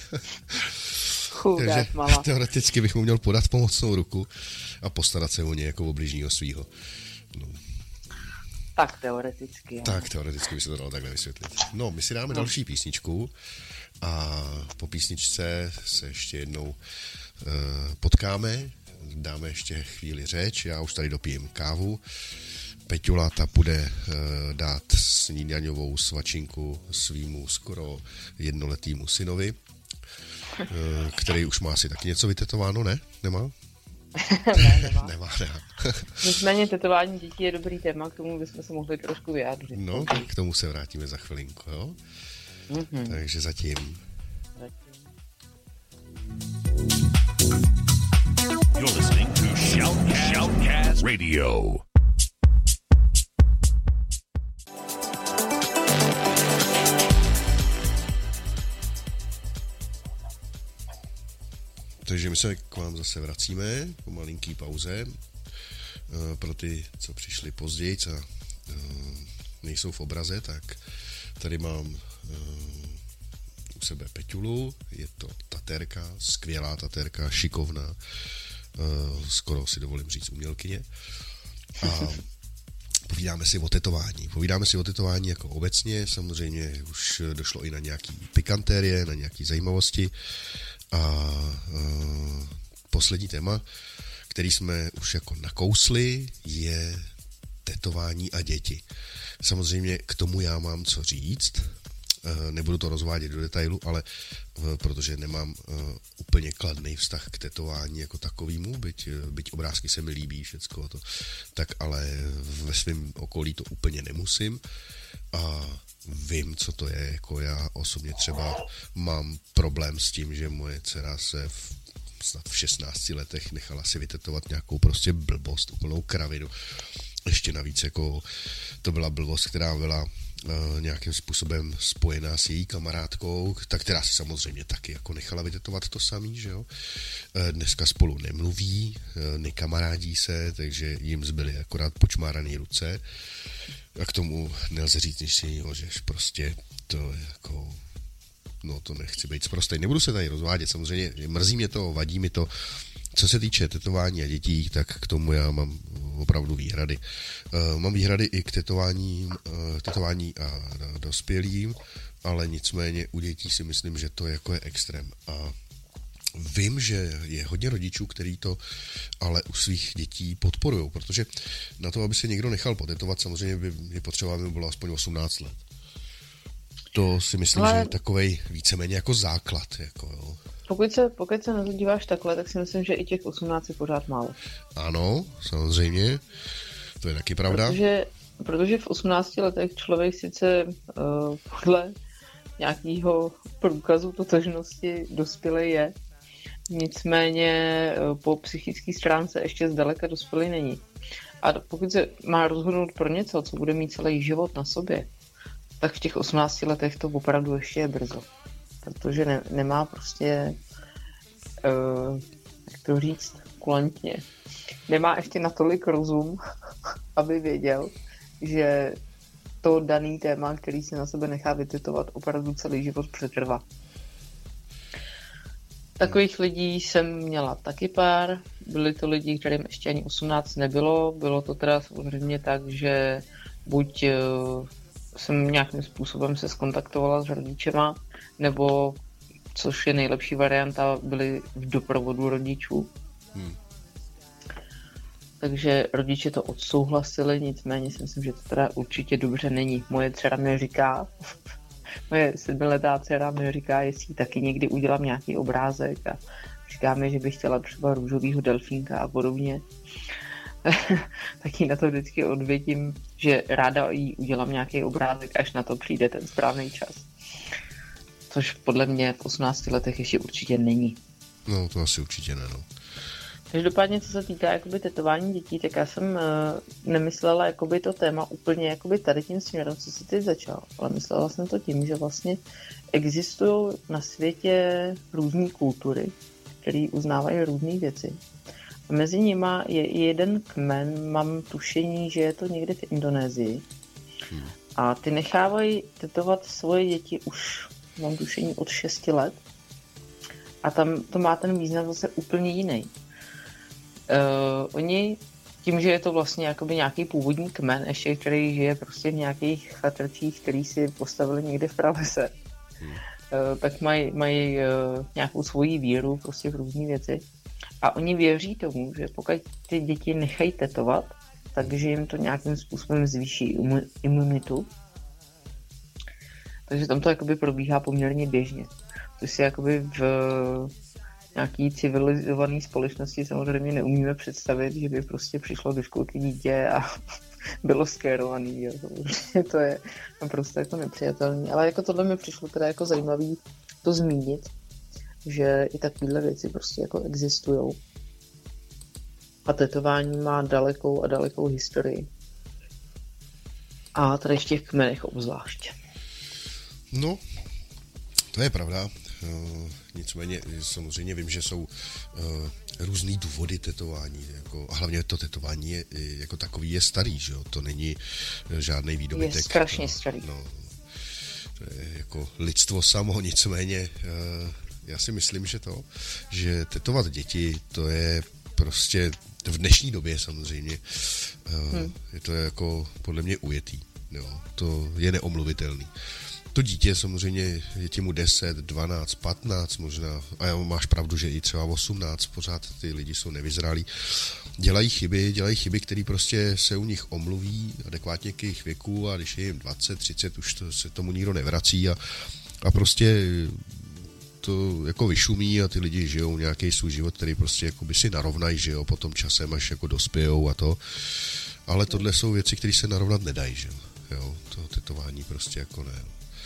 A: Chudák mala.
B: Teoreticky bych mu měl podat pomocnou ruku a postarat se o něj jako o bližního svýho. No.
A: Tak teoreticky. Jo.
B: Tak teoreticky by se to dalo takhle vysvětlit. No, my si dáme no. další písničku a po písničce se ještě jednou uh, potkáme, dáme ještě chvíli řeč, já už tady dopijem kávu. Peťula ta bude uh, dát snídaňovou svačinku svýmu skoro jednoletýmu synovi, uh, který už má asi taky něco vytetováno, ne? Nemá?
A: ne, nemá.
B: nemá, nemá.
A: Nicméně tetování dětí je dobrý téma, k tomu bychom se mohli trošku vyjádřit.
B: No, k tomu se vrátíme za chvilinku, jo? Mm-hmm. Takže zatím. zatím. You're listening to Shoutcast, Shoutcast Radio. Takže my se k vám zase vracíme po malinký pauze. Pro ty, co přišli později a nejsou v obraze, tak tady mám u sebe Peťulu. Je to tatérka, skvělá tatérka, šikovná, skoro si dovolím říct umělkyně. A povídáme si o tetování. Povídáme si o tetování jako obecně, samozřejmě už došlo i na nějaký pikantérie, na nějaký zajímavosti. A uh, poslední téma, který jsme už jako nakousli, je tetování a děti. Samozřejmě k tomu já mám co říct, uh, nebudu to rozvádět do detailu, ale uh, protože nemám uh, úplně kladný vztah k tetování jako takovýmu, byť, byť obrázky se mi líbí všecko to, tak ale ve svém okolí to úplně nemusím a vím, co to je, jako já osobně třeba mám problém s tím, že moje dcera se v, snad v šestnácti letech nechala si vytetovat nějakou prostě blbost, úplnou kravinu. Ještě navíc, jako to byla blbost, která byla uh, nějakým způsobem spojená s její kamarádkou, tak která si samozřejmě taky jako nechala vytetovat to samý, že jo. Uh, dneska spolu nemluví, uh, nekamarádí se, takže jim zbyly akorát počmárané ruce. A k tomu nelze říct nic jiného, že prostě to je jako, no to nechci být sprostej. Nebudu se tady rozvádět, samozřejmě mrzí mě to, vadí mi to. Co se týče tetování a dětí, tak k tomu já mám opravdu výhrady. Uh, mám výhrady i k tetování, uh, tetování a, a dospělým, ale nicméně u dětí si myslím, že to jako je extrém. A vím, že je hodně rodičů, kteří to ale u svých dětí podporují, protože na to, aby se někdo nechal potetovat, samozřejmě by je potřeba, aby bylo aspoň osmnáct let. To si myslím, ale že je takovej víceméně jako základ. Jako, jo.
A: Pokud se, pokud se na to díváš takhle, tak si myslím, že i těch osmnáct je pořád málo.
B: Ano, samozřejmě. To je taky pravda.
A: Protože, protože v osmnácti letech člověk sice uh, podle nějakého průkazu totožnosti dospělý je, nicméně po psychické stránce ještě zdaleka dospělý není. A pokud se má rozhodnout pro něco, co bude mít celý život na sobě, tak v těch osmnácti letech to opravdu ještě je brzo. Protože ne, nemá prostě, uh, jak to říct, kulantně, nemá ještě natolik rozum, aby věděl, že to daný téma, který si na sebe nechá vytetovat, opravdu celý život přetrvá. Takových lidí jsem měla taky pár. Byli to lidi, kterým ještě ani osmnáct nebylo. Bylo to teda samozřejmě tak, že buď jsem nějakým způsobem se skontaktovala s rodičema, nebo, což je nejlepší varianta, byli v doprovodu rodičů. Hmm. Takže rodiče to odsouhlasili, nicméně si myslím, že to teda určitě dobře není. Moje dcera mi říká, moje sedmiletá dcera mi říká, jestli taky někdy udělám nějaký obrázek a říká mi, že bych chtěla třeba růžovýho delfínka a podobně. Taky na to vždycky odvětím, že ráda jí udělám nějaký obrázek, až na to přijde ten správný čas. Což podle mě v osmnácti letech ještě určitě není.
B: No, to asi určitě ne, no.
A: Každopádně, co se týká jakoby tetování dětí, tak já jsem uh, nemyslela jakoby to téma úplně jakoby tady tím směrem, co si teď začal, ale myslela jsem to tím, že vlastně existují na světě různé kultury, které uznávají různé věci. A mezi nima je i jeden kmen, mám tušení, že je to někde v Indonésii. Hmm. A ty nechávají tetovat svoje děti už, mám tušení, od šesti let. A tam to má ten význam zase úplně jiný. Uh, oni, tím, že je to vlastně jakoby nějaký původní kmen, ještě který žije prostě v nějakých chatrčích, který si postavili někde v pralese, hmm. uh, tak mají maj, uh, nějakou svoji víru prostě v různý věci. A oni věří tomu, že pokud ty děti nechají tetovat, takže jim to nějakým způsobem zvýší imunitu. Takže tam to jakoby probíhá poměrně běžně. To si jakoby v nějaký civilizované společnosti samozřejmě neumíme představit, že by prostě přišlo do školky dítě a bylo skérovaný. Jo. To je prostě jako nepřijatelný. Ale jako tohle mi přišlo teda jako zajímavý to zmínit, že i takovéhle věci prostě jako existujou. A tetování má dalekou a dalekou historii. A tady v těch kmenech obzvlášť.
B: No, to je pravda. Uh, nicméně samozřejmě vím, že jsou uh, různý důvody tetování. Jako, a hlavně to tetování je, jako takový je starý, že jo? To není žádný výdobytek.
A: Je strašně starý.
B: No, to je jako lidstvo samo, nicméně uh, já si myslím, že to, že tetovat děti, to je prostě v dnešní době samozřejmě, uh, hmm. je to jako podle mě ujetý. Jo? To je neomluvitelný. To dítě samozřejmě je ti mu deset, dvanáct, patnáct možná, a já máš pravdu, že i třeba osmnáct, pořád ty lidi jsou nevyzrálí. Dělají chyby, dělají chyby, které prostě se u nich omluví adekvátně k jejich věku a když je jim dvacet, třicet, už to, se tomu nikdo nevrací a, a prostě to jako vyšumí a ty lidi žijou nějaký svůj život, který prostě jako by si narovnají, že jo, potom časem, až jako dospějou a to. Ale tohle jsou věci, které se narovnat nedají, že jo, to tetování prostě jako ne.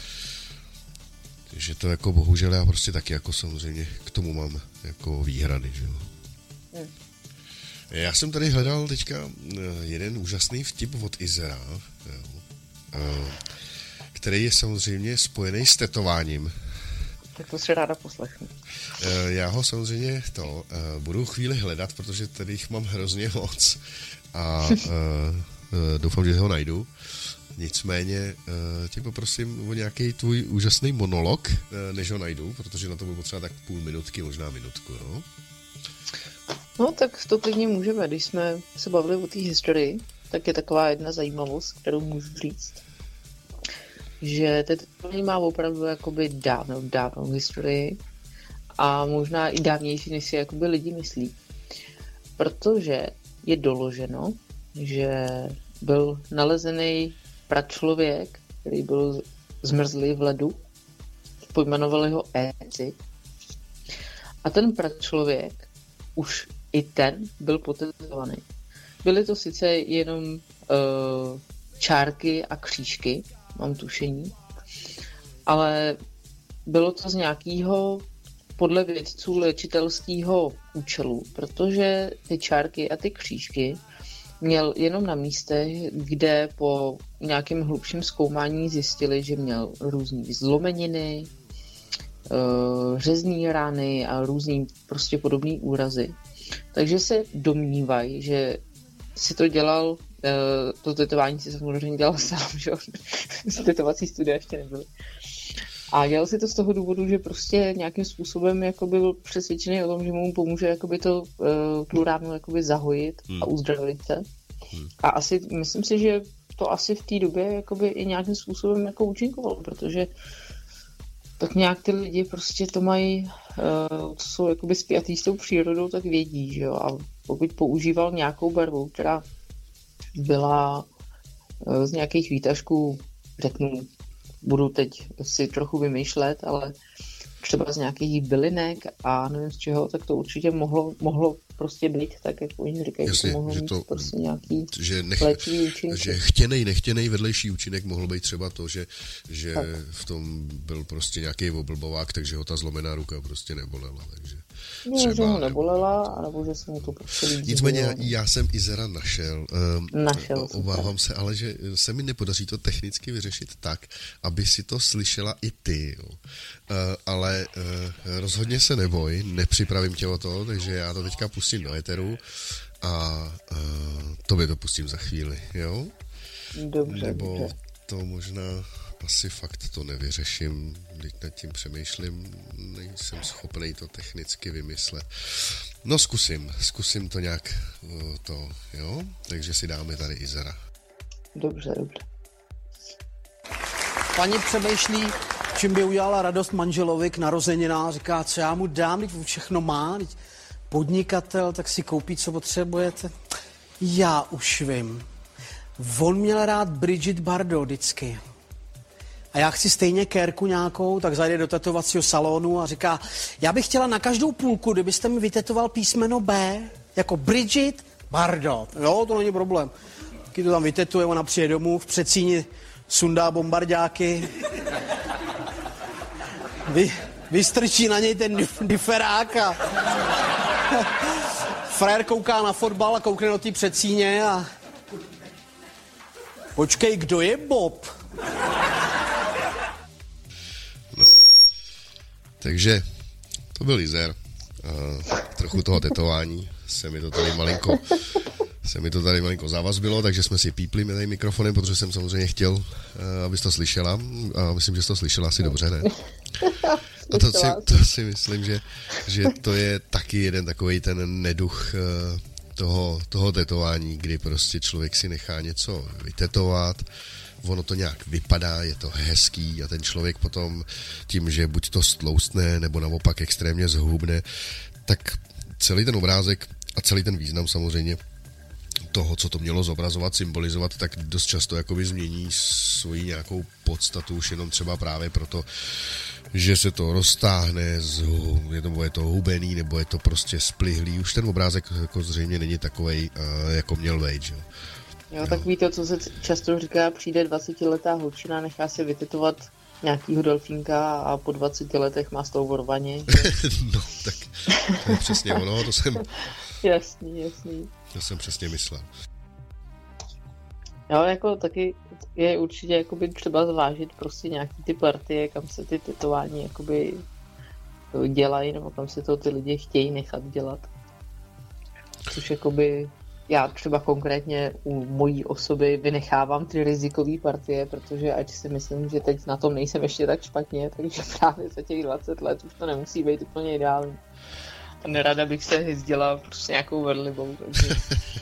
B: Takže to jako bohužel já prostě taky jako samozřejmě k tomu mám jako výhrady, že jo. Hmm. Já jsem tady hledal teďka jeden úžasný vtip od Izera, jo, který je samozřejmě spojený s tetováním.
A: Tak to si ráda poslechnu.
B: Já ho samozřejmě to budu chvíli hledat, protože tady jich mám hrozně moc a doufám, že ho najdu. Nicméně tě poprosím o nějaký tvůj úžasný monolog, než ho najdu, protože na to budu potřeba tak půl minutky, možná minutku, no?
A: No tak to klidně můžeme, když jsme se bavili o té historii, tak je taková jedna zajímavost, kterou můžu říct. Že tetování má opravdu jakoby dávnou, dávnou historii a možná i dávnější, než si jakoby lidi myslí. Protože je doloženo, že byl nalezený pračlověk, který byl zmrzlý v ledu, pojmenovali ho Éci. A ten pračlověk, už i ten byl potetovaný. Byly to sice jenom uh, čárky a křížky, mám tušení, ale bylo to z nějakého podle vědců léčitelského účelu, protože ty čárky a ty křížky měl jenom na místech, kde po nějakém hlubším zkoumání zjistili, že měl různý zlomeniny, řezný rány a různý prostě podobný úrazy. Takže se domnívají, že si to dělal to tetování si samozřejmě dělal sám, že jo, tetovací studia ještě nebyly. A dělal si to z toho důvodu, že prostě nějakým způsobem jako byl přesvědčený o tom, že mu pomůže jakoby to, tu ránu jakoby zahojit hmm. a uzdravit se. Hmm. A asi, myslím si, že to asi v té době jakoby i nějakým způsobem jako účinkovalo, protože tak nějak ty lidi prostě to mají, co jsou jakoby spjatý s tou přírodou, tak vědí, že jo. A pokud používal nějakou barvu, která byla z nějakých výtažků, řeknu, budu teď si trochu vymýšlet, ale třeba z nějakých bylinek a nevím z čeho, tak to určitě mohlo, mohlo prostě být, tak jak oni říkají,
B: jasně,
A: že to mohlo
B: že
A: mít
B: to,
A: prostě nějaký
B: že nech,
A: léčivý účinek.
B: Že chtěnej, nechtěnej vedlejší účinek mohl být třeba to, že, že v tom byl prostě nějaký oblbovák, takže ho ta zlomená ruka prostě nebolela, takže
A: ne, třeba, že ho nebolela, nebo že se mu to prostě líbí.
B: Nicméně já, já jsem Izera našel.
A: Našel.
B: Obávám se, ale že se mi nepodaří to technicky vyřešit tak, aby si to slyšela i ty. Jo. Ale rozhodně se neboj, nepřipravím tě o to, takže já to teďka pustím do éteru a tobě to pustím za chvíli, jo?
A: Dobře,
B: Nebo
A: dobře.
B: to možná asi fakt to nevyřeším, teď nad tím přemýšlím, nejsem schopný to technicky vymyslet. No zkusím, zkusím to nějak to, jo? Takže si dáme tady Izera.
A: Dobře, dobře.
C: Paní přemýšlí, čím by udělala radost manželovi k narozeninám, říká, co já mu dám, teď všechno má, teď podnikatel, tak si koupí, co potřebujete. Já už vím. On měl rád Brigitte Bardot vždycky. A já chci stejně kérku nějakou, tak zajde do tetovacího salonu a říká, já bych chtěla na každou půlku, kdybyste mi vytetoval písmeno B, jako Brigitte Bardot. Jo, to není problém. Taky to tam vytetuje, ona přijde domů, v předsíni sundá bombardáky, vy, vystrčí na něj ten diferák a frér kouká na fotbal a koukne do té předsíně a počkej, kdo je Bob?
B: No, takže to byl Izer. Uh, trochu toho tetování se mi to tady malinko se mi to tady malinko zavazbilo, takže jsme si pípli tady mikrofonem, protože jsem samozřejmě chtěl, uh, abys to slyšela a myslím, že jsi to slyšela asi dobře, ne? A to si, to si myslím, že, že to je taky jeden takový ten neduch uh, toho, toho tetování, kdy prostě člověk si nechá něco vytetovat, ono to nějak vypadá, je to hezký a ten člověk potom tím, že buď to stloustne, nebo naopak extrémně zhubne, tak celý ten obrázek a celý ten význam samozřejmě toho, co to mělo zobrazovat, symbolizovat, tak dost často jakoby změní svoji nějakou podstatu už jenom třeba právě proto, že se to roztáhne, nebo je to hubený, nebo je to prostě splihlý. Už ten obrázek jako zřejmě není takovej, jako měl být, že?
A: Jo, tak víte, co se často říká, přijde dvacetiletá holčina, nechá se vytetovat nějakýho delfínka a po dvaceti letech má z toho vorvaně.
B: No, tak to je přesně ono, to jsem...
A: Jasný, jasný.
B: To jsem přesně myslel.
A: Jo, jako taky je určitě jakoby třeba zvážit prostě nějaký ty partie, kam se ty tetování jakoby dělají, nebo kam se to ty lidi chtějí nechat dělat. Což jakoby já třeba konkrétně u mojí osoby vynechávám ty rizikové partie, protože ať si myslím, že teď na tom nejsem ještě tak špatně, takže právě za těch dvacet let už to nemusí být úplně ideální. A nerada bych se hyzděla prostě nějakou vedlibou, takže...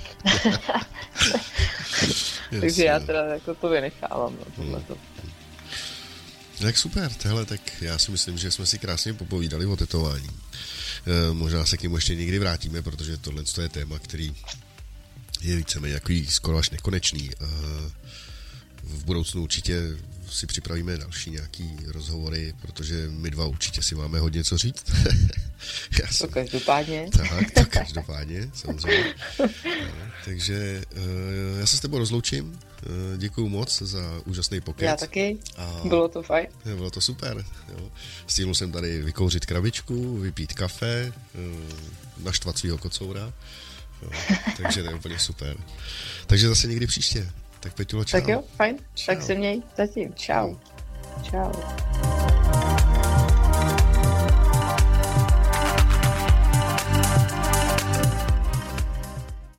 A: takže já teda jako to vynechávám, no, tohleto.
B: Tak super, tohle, tak já si myslím, že jsme si krásně popovídali o tetování. E, možná se k němu ještě někdy vrátíme, protože tohle je téma, který je víceméně takový skoro až nekonečný. E, v budoucnu určitě si připravíme další nějaký rozhovory, protože my dva určitě si máme hodně co říct.
A: Já jsem... To každopádně.
B: Tak, to každopádně, samozřejmě. No, takže uh, já se s tebou rozloučím. Uh, děkuju moc za úžasný pokec.
A: Já taky. A... Bylo to fajn.
B: Bylo to super. Jo. Stihnul jsem tady vykouřit krabičku, vypít kafe, uh, naštvat svýho kocoura. Jo. Takže to je úplně super. Takže zase někdy příště. Tak Peťulo, čau.
A: Tak jo, fajn. Čau. Tak se měj zatím. Čau. Čau.